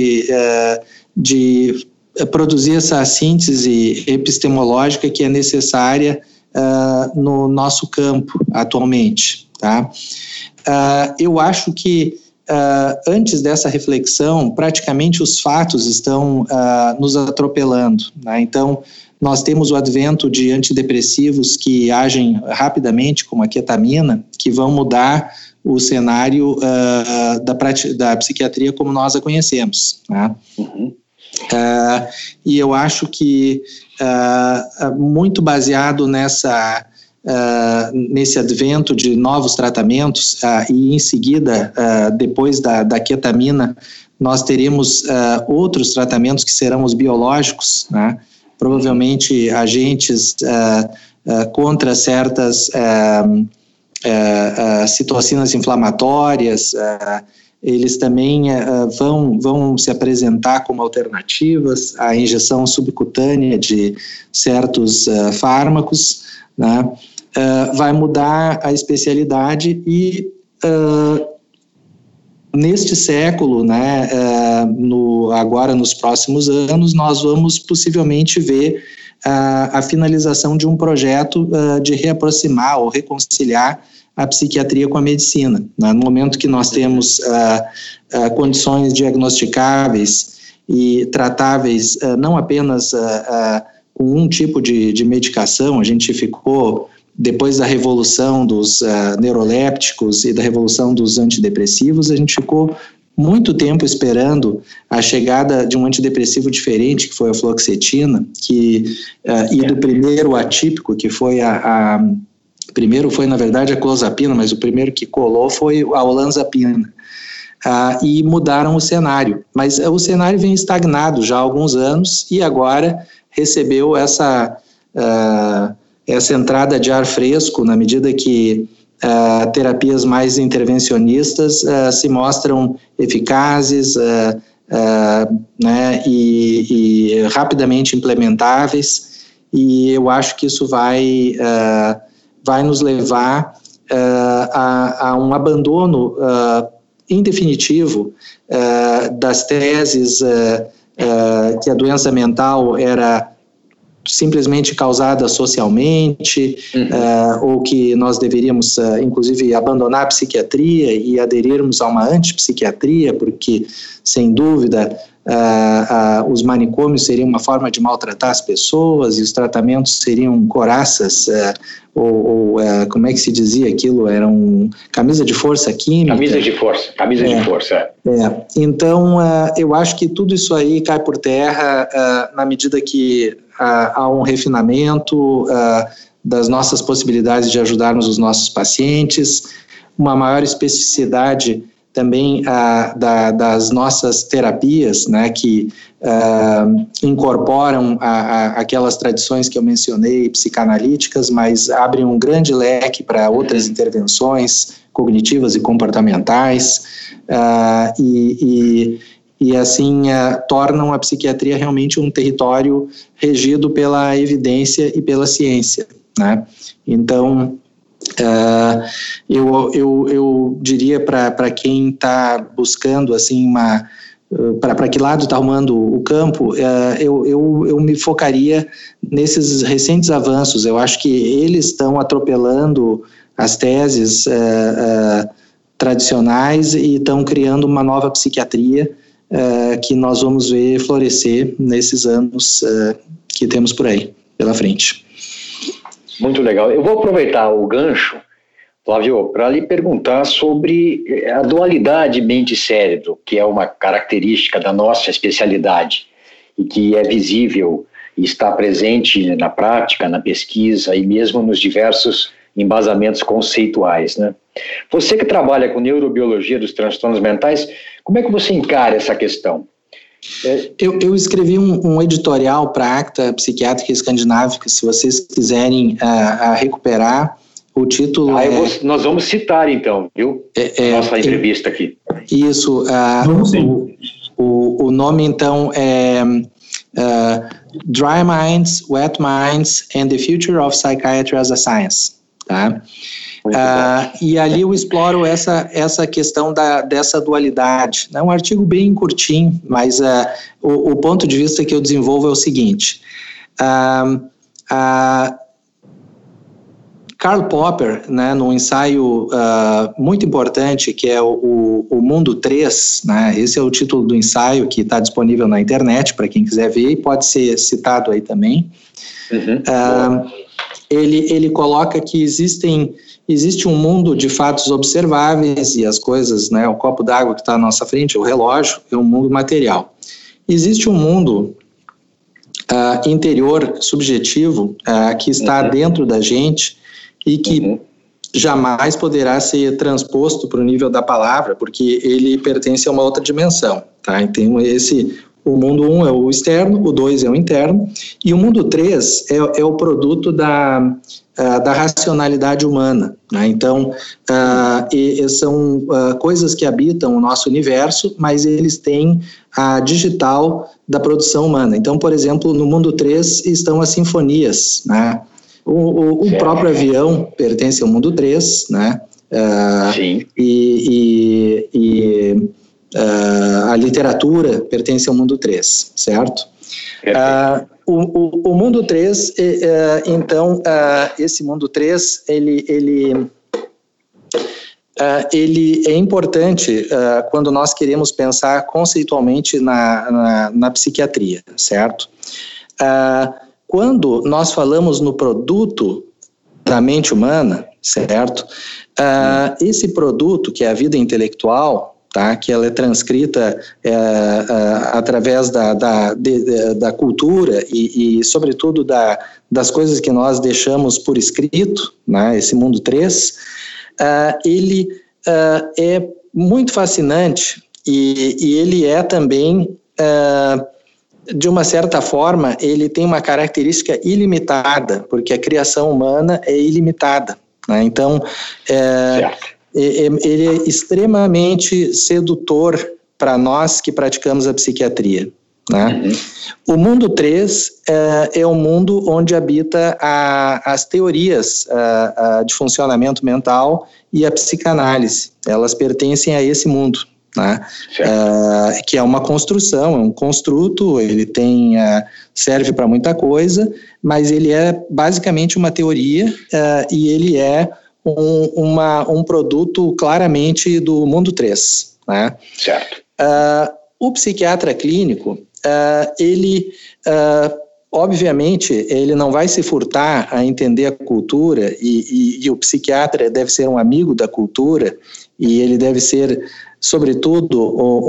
de produzir essa síntese epistemológica que é necessária no nosso campo atualmente, tá? Eu acho que antes dessa reflexão, praticamente os fatos estão nos atropelando, né? Então, nós temos o advento de antidepressivos que agem rapidamente, como a ketamina, que vão mudar o cenário da psiquiatria como nós a conhecemos, né? E eu acho que muito baseado nesse advento de novos tratamentos e em seguida, depois da ketamina, nós teremos outros tratamentos que serão os biológicos, né? Provavelmente agentes contra certas citocinas inflamatórias. Eles também vão se apresentar como alternativas à injeção subcutânea de certos fármacos, né? Vai mudar a especialidade e neste século, né, agora nos próximos anos, nós vamos possivelmente ver a finalização de um projeto de reaproximar ou reconciliar a psiquiatria com a medicina. No momento que nós temos condições diagnosticáveis e tratáveis não apenas com um tipo de medicação, a gente ficou, depois da revolução dos neurolépticos e da revolução dos antidepressivos, a gente ficou muito tempo esperando a chegada de um antidepressivo diferente, que foi a fluoxetina, e do primeiro atípico, que foi primeiro foi, na verdade, a clozapina, mas o primeiro que colou foi a olanzapina. E mudaram o cenário. Mas o cenário vem estagnado já há alguns anos e agora recebeu essa entrada de ar fresco, na medida que terapias mais intervencionistas se mostram eficazes né, e rapidamente implementáveis, e eu acho que isso vai nos levar a um abandono em definitivo das teses que a doença mental era simplesmente causada socialmente, ou que nós deveríamos, inclusive, abandonar a psiquiatria e aderirmos a uma antipsiquiatria, porque, sem dúvida, os manicômios seriam uma forma de maltratar as pessoas e os tratamentos seriam coraças, ou como é que se dizia aquilo? Eram camisa de força química. Camisa de força. Então, eu acho que tudo isso aí cai por terra na medida que há um refinamento das nossas possibilidades de ajudarmos os nossos pacientes, uma maior especificidade também das nossas terapias, né, que incorporam aquelas tradições que eu mencionei, psicanalíticas, mas abrem um grande leque para outras intervenções cognitivas e comportamentais, e assim tornam a psiquiatria realmente um território regido pela evidência e pela ciência, né? Então, eu diria para quem está buscando assim para que lado está arrumando o campo, eu me focaria nesses recentes avanços. Eu acho que eles estão atropelando as teses tradicionais e estão criando uma nova psiquiatria que nós vamos ver florescer nesses anos que temos por aí, pela frente. Muito legal. Eu vou aproveitar o gancho, Flávio, para lhe perguntar sobre a dualidade mente-cérebro, que é uma característica da nossa especialidade e que é visível e está presente na prática, na pesquisa e mesmo nos diversos embasamentos conceituais, né? Você que trabalha com neurobiologia dos transtornos mentais, como é que você encara essa questão? Eu escrevi um editorial para a Acta Psiquiátrica Escandinávica, se vocês quiserem recuperar. O título nós vamos citar então, viu? Nossa entrevista aqui. Isso. O nome então é Dry Minds, Wet Minds and the Future of Psychiatry as a Science. Tá? E ali eu exploro essa questão dessa dualidade. É um artigo bem curtinho, mas o ponto de vista que eu desenvolvo é o seguinte. Karl Popper, né, num ensaio muito importante, que é o Mundo 3, né, esse é o título do ensaio que está disponível na internet para quem quiser ver e pode ser citado aí também. Ele coloca que existe um mundo de fatos observáveis e as coisas, né, o copo d'água que está à nossa frente, o relógio, é um mundo material. Existe um mundo interior, subjetivo, que está dentro da gente e que jamais poderá ser transposto para o nível da palavra, porque ele pertence a uma outra dimensão. Tá? Então, o mundo 1 é o externo, o 2 é o interno, e o mundo 3 é o produto da racionalidade humana. Né? Então, são coisas que habitam o nosso universo, mas eles têm a digital da produção humana. Então, por exemplo, no mundo 3 estão as sinfonias, né? O próprio avião pertence ao mundo 3, né? Sim. A literatura pertence ao mundo 3, certo? O mundo 3, então, esse mundo 3, ele ele é importante quando nós queremos pensar conceitualmente na psiquiatria, certo? Quando nós falamos no produto da mente humana, certo? Esse produto, que é a vida intelectual, tá? Que ela é transcrita através da cultura e sobretudo, das coisas que nós deixamos por escrito, né? Esse mundo 3, ele é muito fascinante e ele é também, de uma certa forma, ele tem uma característica ilimitada, porque a criação humana é ilimitada, né? Então, ele é extremamente sedutor para nós que praticamos a psiquiatria, né? O mundo 3 é um mundo onde habita as teorias de funcionamento mental e a psicanálise. Elas pertencem a esse mundo, né? Que é uma construção, é um construto, ele serve para muita coisa, mas ele é basicamente uma teoria e ele é um produto claramente do mundo 3, né? Certo. O psiquiatra clínico, ele, obviamente, ele não vai se furtar a entender a cultura e o psiquiatra deve ser um amigo da cultura e ele deve ser, sobretudo,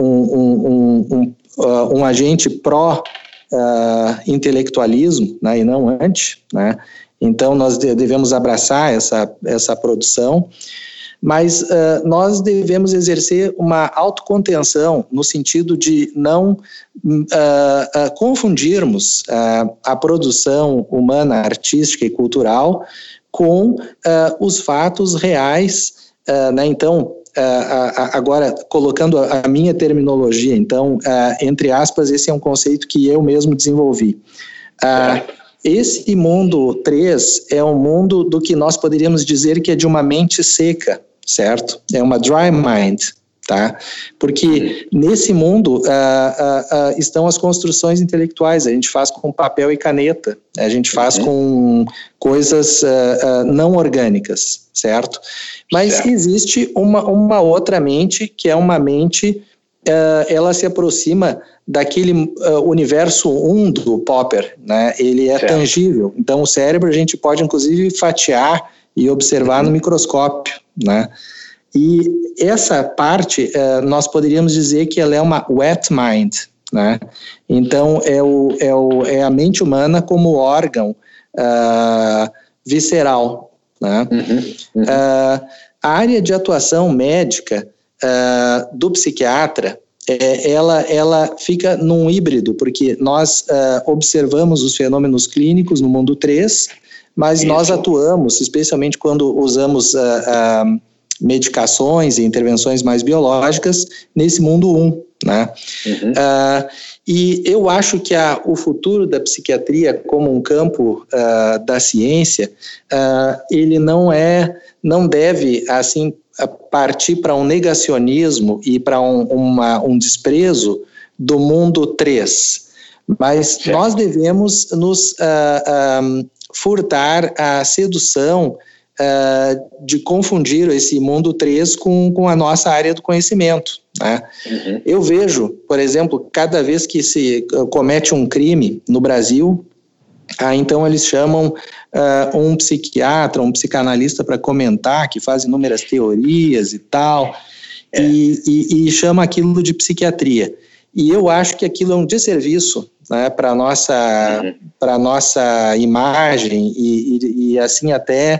um agente pró-intelectualismo, né, e não anti, né? Então, nós devemos abraçar essa produção, mas nós devemos exercer uma autocontenção no sentido de não confundirmos a produção humana, artística e cultural com os fatos reais, né? Então, agora, colocando a minha terminologia, então, entre aspas, esse é um conceito que eu mesmo desenvolvi. Esse mundo 3 é um mundo do que nós poderíamos dizer que é de uma mente seca, certo? É uma dry mind, tá? Porque nesse mundo estão as construções intelectuais, a gente faz com papel e caneta, a gente faz com coisas não orgânicas, certo? Mas existe uma outra mente, que é uma mente, ela se aproxima daquele universo 1 do Popper, né? Ele é tangível, então o cérebro a gente pode inclusive fatiar e observar no microscópio, né? E essa parte nós poderíamos dizer que ela é uma wet mind, né? Então é a mente humana como órgão visceral, né? A área de atuação médica do psiquiatra, ela fica num híbrido, porque nós observamos os fenômenos clínicos no mundo 3, mas nós atuamos, especialmente quando usamos medicações e intervenções mais biológicas, nesse mundo 1, né? E eu acho que o futuro da psiquiatria como um campo da ciência, ele não deve, assim, partir para um negacionismo e para um desprezo do mundo 3. Mas nós devemos nos furtar a sedução de confundir esse mundo 3 com a nossa área do conhecimento, né? Eu vejo, por exemplo, cada vez que se comete um crime no Brasil, então eles chamam um psiquiatra, um psicanalista para comentar, que faz inúmeras teorias e tal, e chama aquilo de psiquiatria. E eu acho que aquilo é um desserviço, né, para a nossa imagem e assim até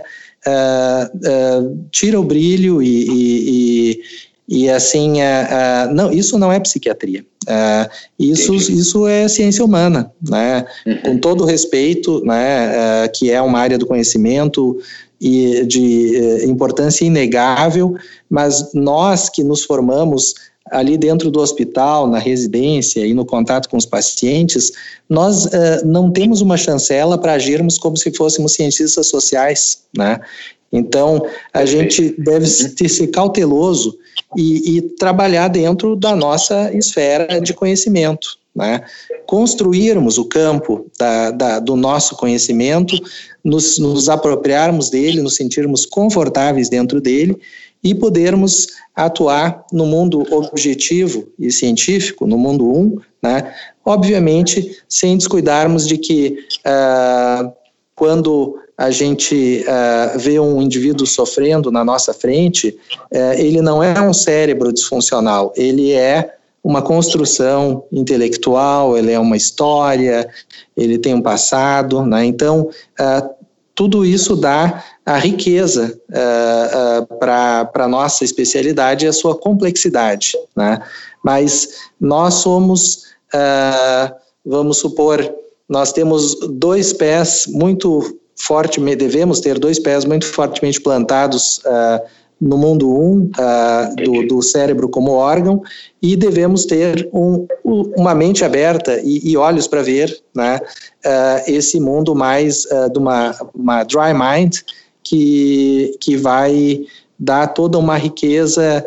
tira o brilho e assim, não, isso não é psiquiatria. Isso é ciência humana, né? Com todo respeito, né, que é uma área do conhecimento e de importância inegável, mas nós que nos formamos ali dentro do hospital, na residência e no contato com os pacientes, nós não temos uma chancela para agirmos como se fôssemos cientistas sociais, né? Então, a gente deve ser cauteloso e trabalhar dentro da nossa esfera de conhecimento, né? Construirmos o campo do nosso conhecimento, nos apropriarmos dele, nos sentirmos confortáveis dentro dele e podermos atuar no mundo objetivo e científico, no mundo 1, né? Obviamente, sem descuidarmos de que quando a gente vê um indivíduo sofrendo na nossa frente, ele não é um cérebro disfuncional, ele é uma construção intelectual, ele é uma história, ele tem um passado, né? Então, tudo isso dá a riqueza para a nossa especialidade e a sua complexidade, né? Mas nós somos, vamos supor, nós temos dois pés muito fortemente, devemos ter dois pés muito fortemente plantados no mundo 1 do cérebro como órgão, e devemos ter uma mente aberta e olhos para ver, né, esse mundo mais de uma dry mind que vai dar toda uma riqueza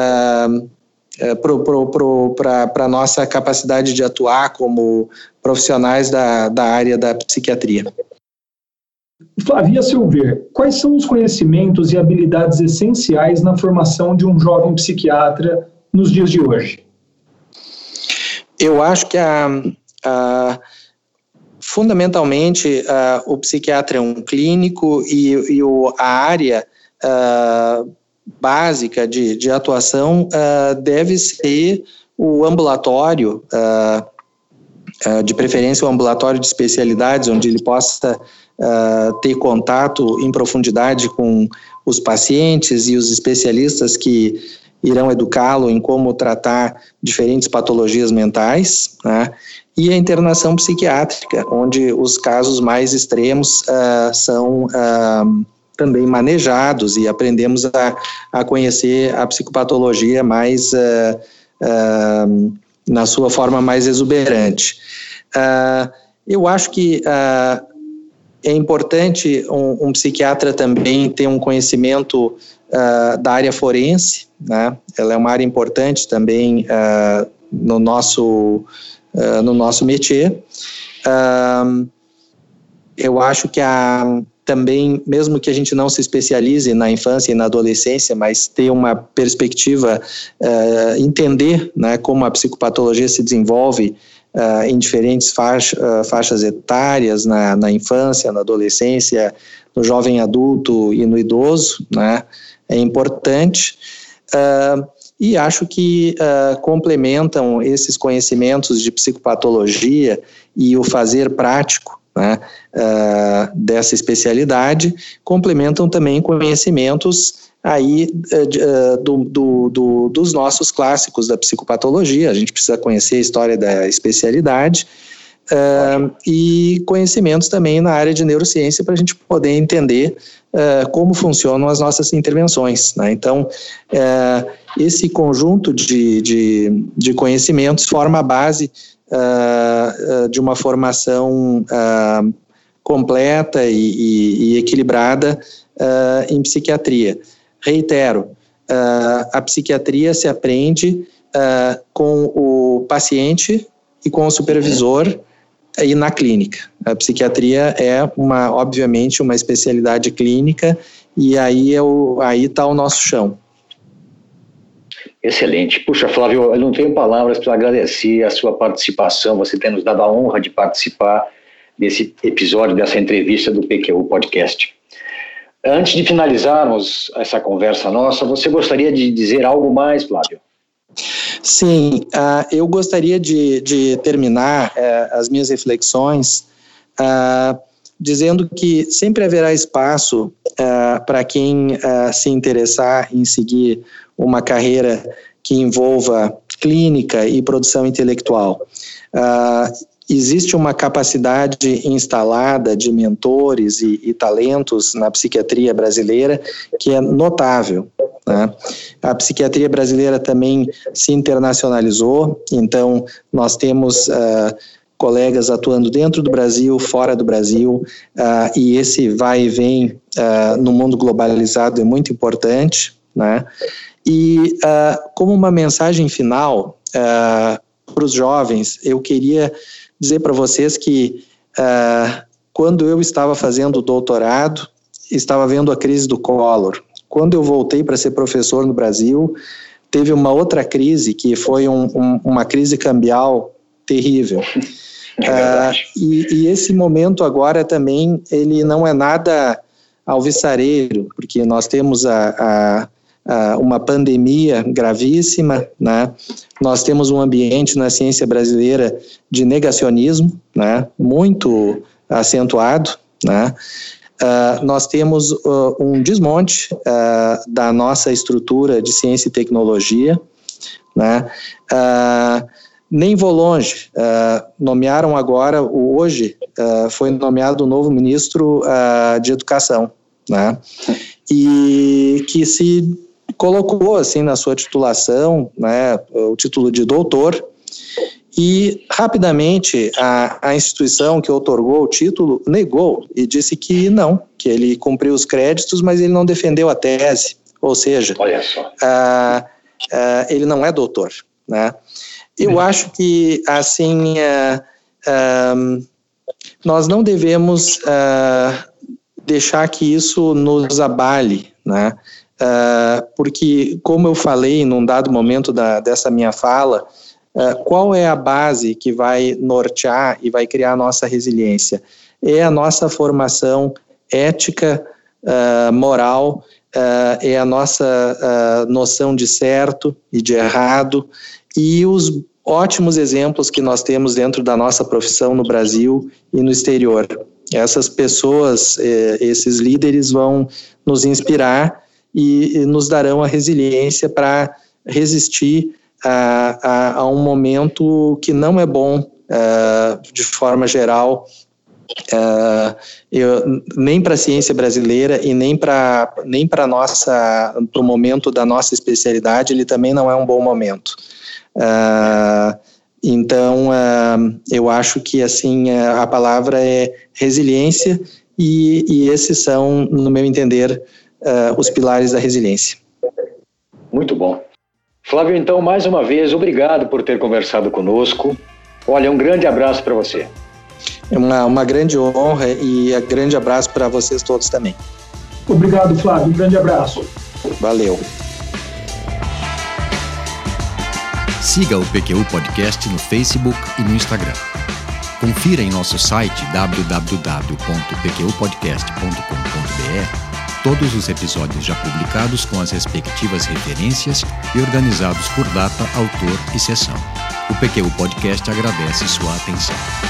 para a nossa capacidade de atuar como profissionais da área da psiquiatria. Flávio, a seu ver, quais são os conhecimentos e habilidades essenciais na formação de um jovem psiquiatra nos dias de hoje? Eu acho que fundamentalmente o psiquiatra é um clínico e a área básica de atuação deve ser o ambulatório, de preferência o ambulatório de especialidades, onde ele possa ter contato em profundidade com os pacientes e os especialistas que irão educá-lo em como tratar diferentes patologias mentais, né? E a internação psiquiátrica, onde os casos mais extremos são também manejados e aprendemos a conhecer a psicopatologia mais na sua forma mais exuberante. Eu acho que é importante um psiquiatra também ter um conhecimento da área forense, né? Ela é uma área importante também no nosso métier. Eu acho que também, mesmo que a gente não se especialize na infância e na adolescência, mas ter uma perspectiva, entender, né, como a psicopatologia se desenvolve em diferentes faixas etárias, na infância, na adolescência, no jovem adulto e no idoso, né, é importante. E acho que complementam esses conhecimentos de psicopatologia e o fazer prático, né, dessa especialidade, complementam também conhecimentos aí dos nossos clássicos da psicopatologia. A gente precisa conhecer a história da especialidade e conhecimentos também na área de neurociência para a gente poder entender como funcionam as nossas intervenções, né? Então, esse conjunto de conhecimentos forma a base de uma formação completa e equilibrada em psiquiatria. Reitero, a psiquiatria se aprende com o paciente e com o supervisor e na clínica. A psiquiatria é obviamente uma especialidade clínica e aí está o nosso chão. Excelente. Puxa, Flávio, eu não tenho palavras para agradecer a sua participação, você ter nos dado a honra de participar desse episódio, dessa entrevista do PQU Podcast. Antes de finalizarmos essa conversa nossa, você gostaria de dizer algo mais, Flávio? Sim, eu gostaria de terminar as minhas reflexões dizendo que sempre haverá espaço para quem se interessar em seguir uma carreira que envolva clínica e produção intelectual. Existe uma capacidade instalada de mentores e talentos na psiquiatria brasileira que é notável, né? A psiquiatria brasileira também se internacionalizou, então nós temos colegas atuando dentro do Brasil, fora do Brasil, e esse vai e vem no mundo globalizado é muito importante, né? E como uma mensagem final para os jovens, eu queria dizer para vocês que quando eu estava fazendo o doutorado, estava vendo a crise do Collor. quando eu voltei para ser professor no Brasil, teve uma outra crise, que foi uma crise cambial terrível. E esse momento agora também, ele não é nada alvissareiro, porque nós temos uma pandemia gravíssima, né? Nós temos um ambiente na ciência brasileira de negacionismo, né? Muito acentuado, né? Nós temos um desmonte da nossa estrutura de ciência e tecnologia, né? Nem vou longe, nomearam agora, hoje foi nomeado o novo ministro de Educação, né? E que se colocou assim na sua titulação, né, o título de doutor, e rapidamente a instituição que outorgou o título negou e disse que não, que ele cumpriu os créditos, mas ele não defendeu a tese, ou seja, olha só. Ele não é doutor, né? Eu acho que assim nós não devemos deixar que isso nos abale, né? Porque, como eu falei num dado momento dessa minha fala, qual é a base que vai nortear e vai criar a nossa resiliência? É a nossa formação ética, moral, é a nossa noção de certo e de errado, e os ótimos exemplos que nós temos dentro da nossa profissão no Brasil e no exterior. Essas pessoas, esses líderes vão nos inspirar e nos darão a resiliência para resistir a um momento que não é bom de forma geral, nem para a ciência brasileira e nem para o momento da nossa especialidade. Ele também não é um bom momento. Então, eu acho que assim a palavra é resiliência, e esses são, no meu entender, os pilares da resiliência. Muito bom. Flávio, então, mais uma vez, obrigado por ter conversado conosco. Olha, um grande abraço para você. É uma grande honra, e um grande abraço para vocês todos também. Obrigado, Flávio. Um grande abraço. Valeu. Siga o PQU Podcast no Facebook e no Instagram. Confira em nosso site www.pqpodcast.com.br todos os episódios já publicados com as respectivas referências e organizados por data, autor e sessão. O PQU Podcast agradece sua atenção.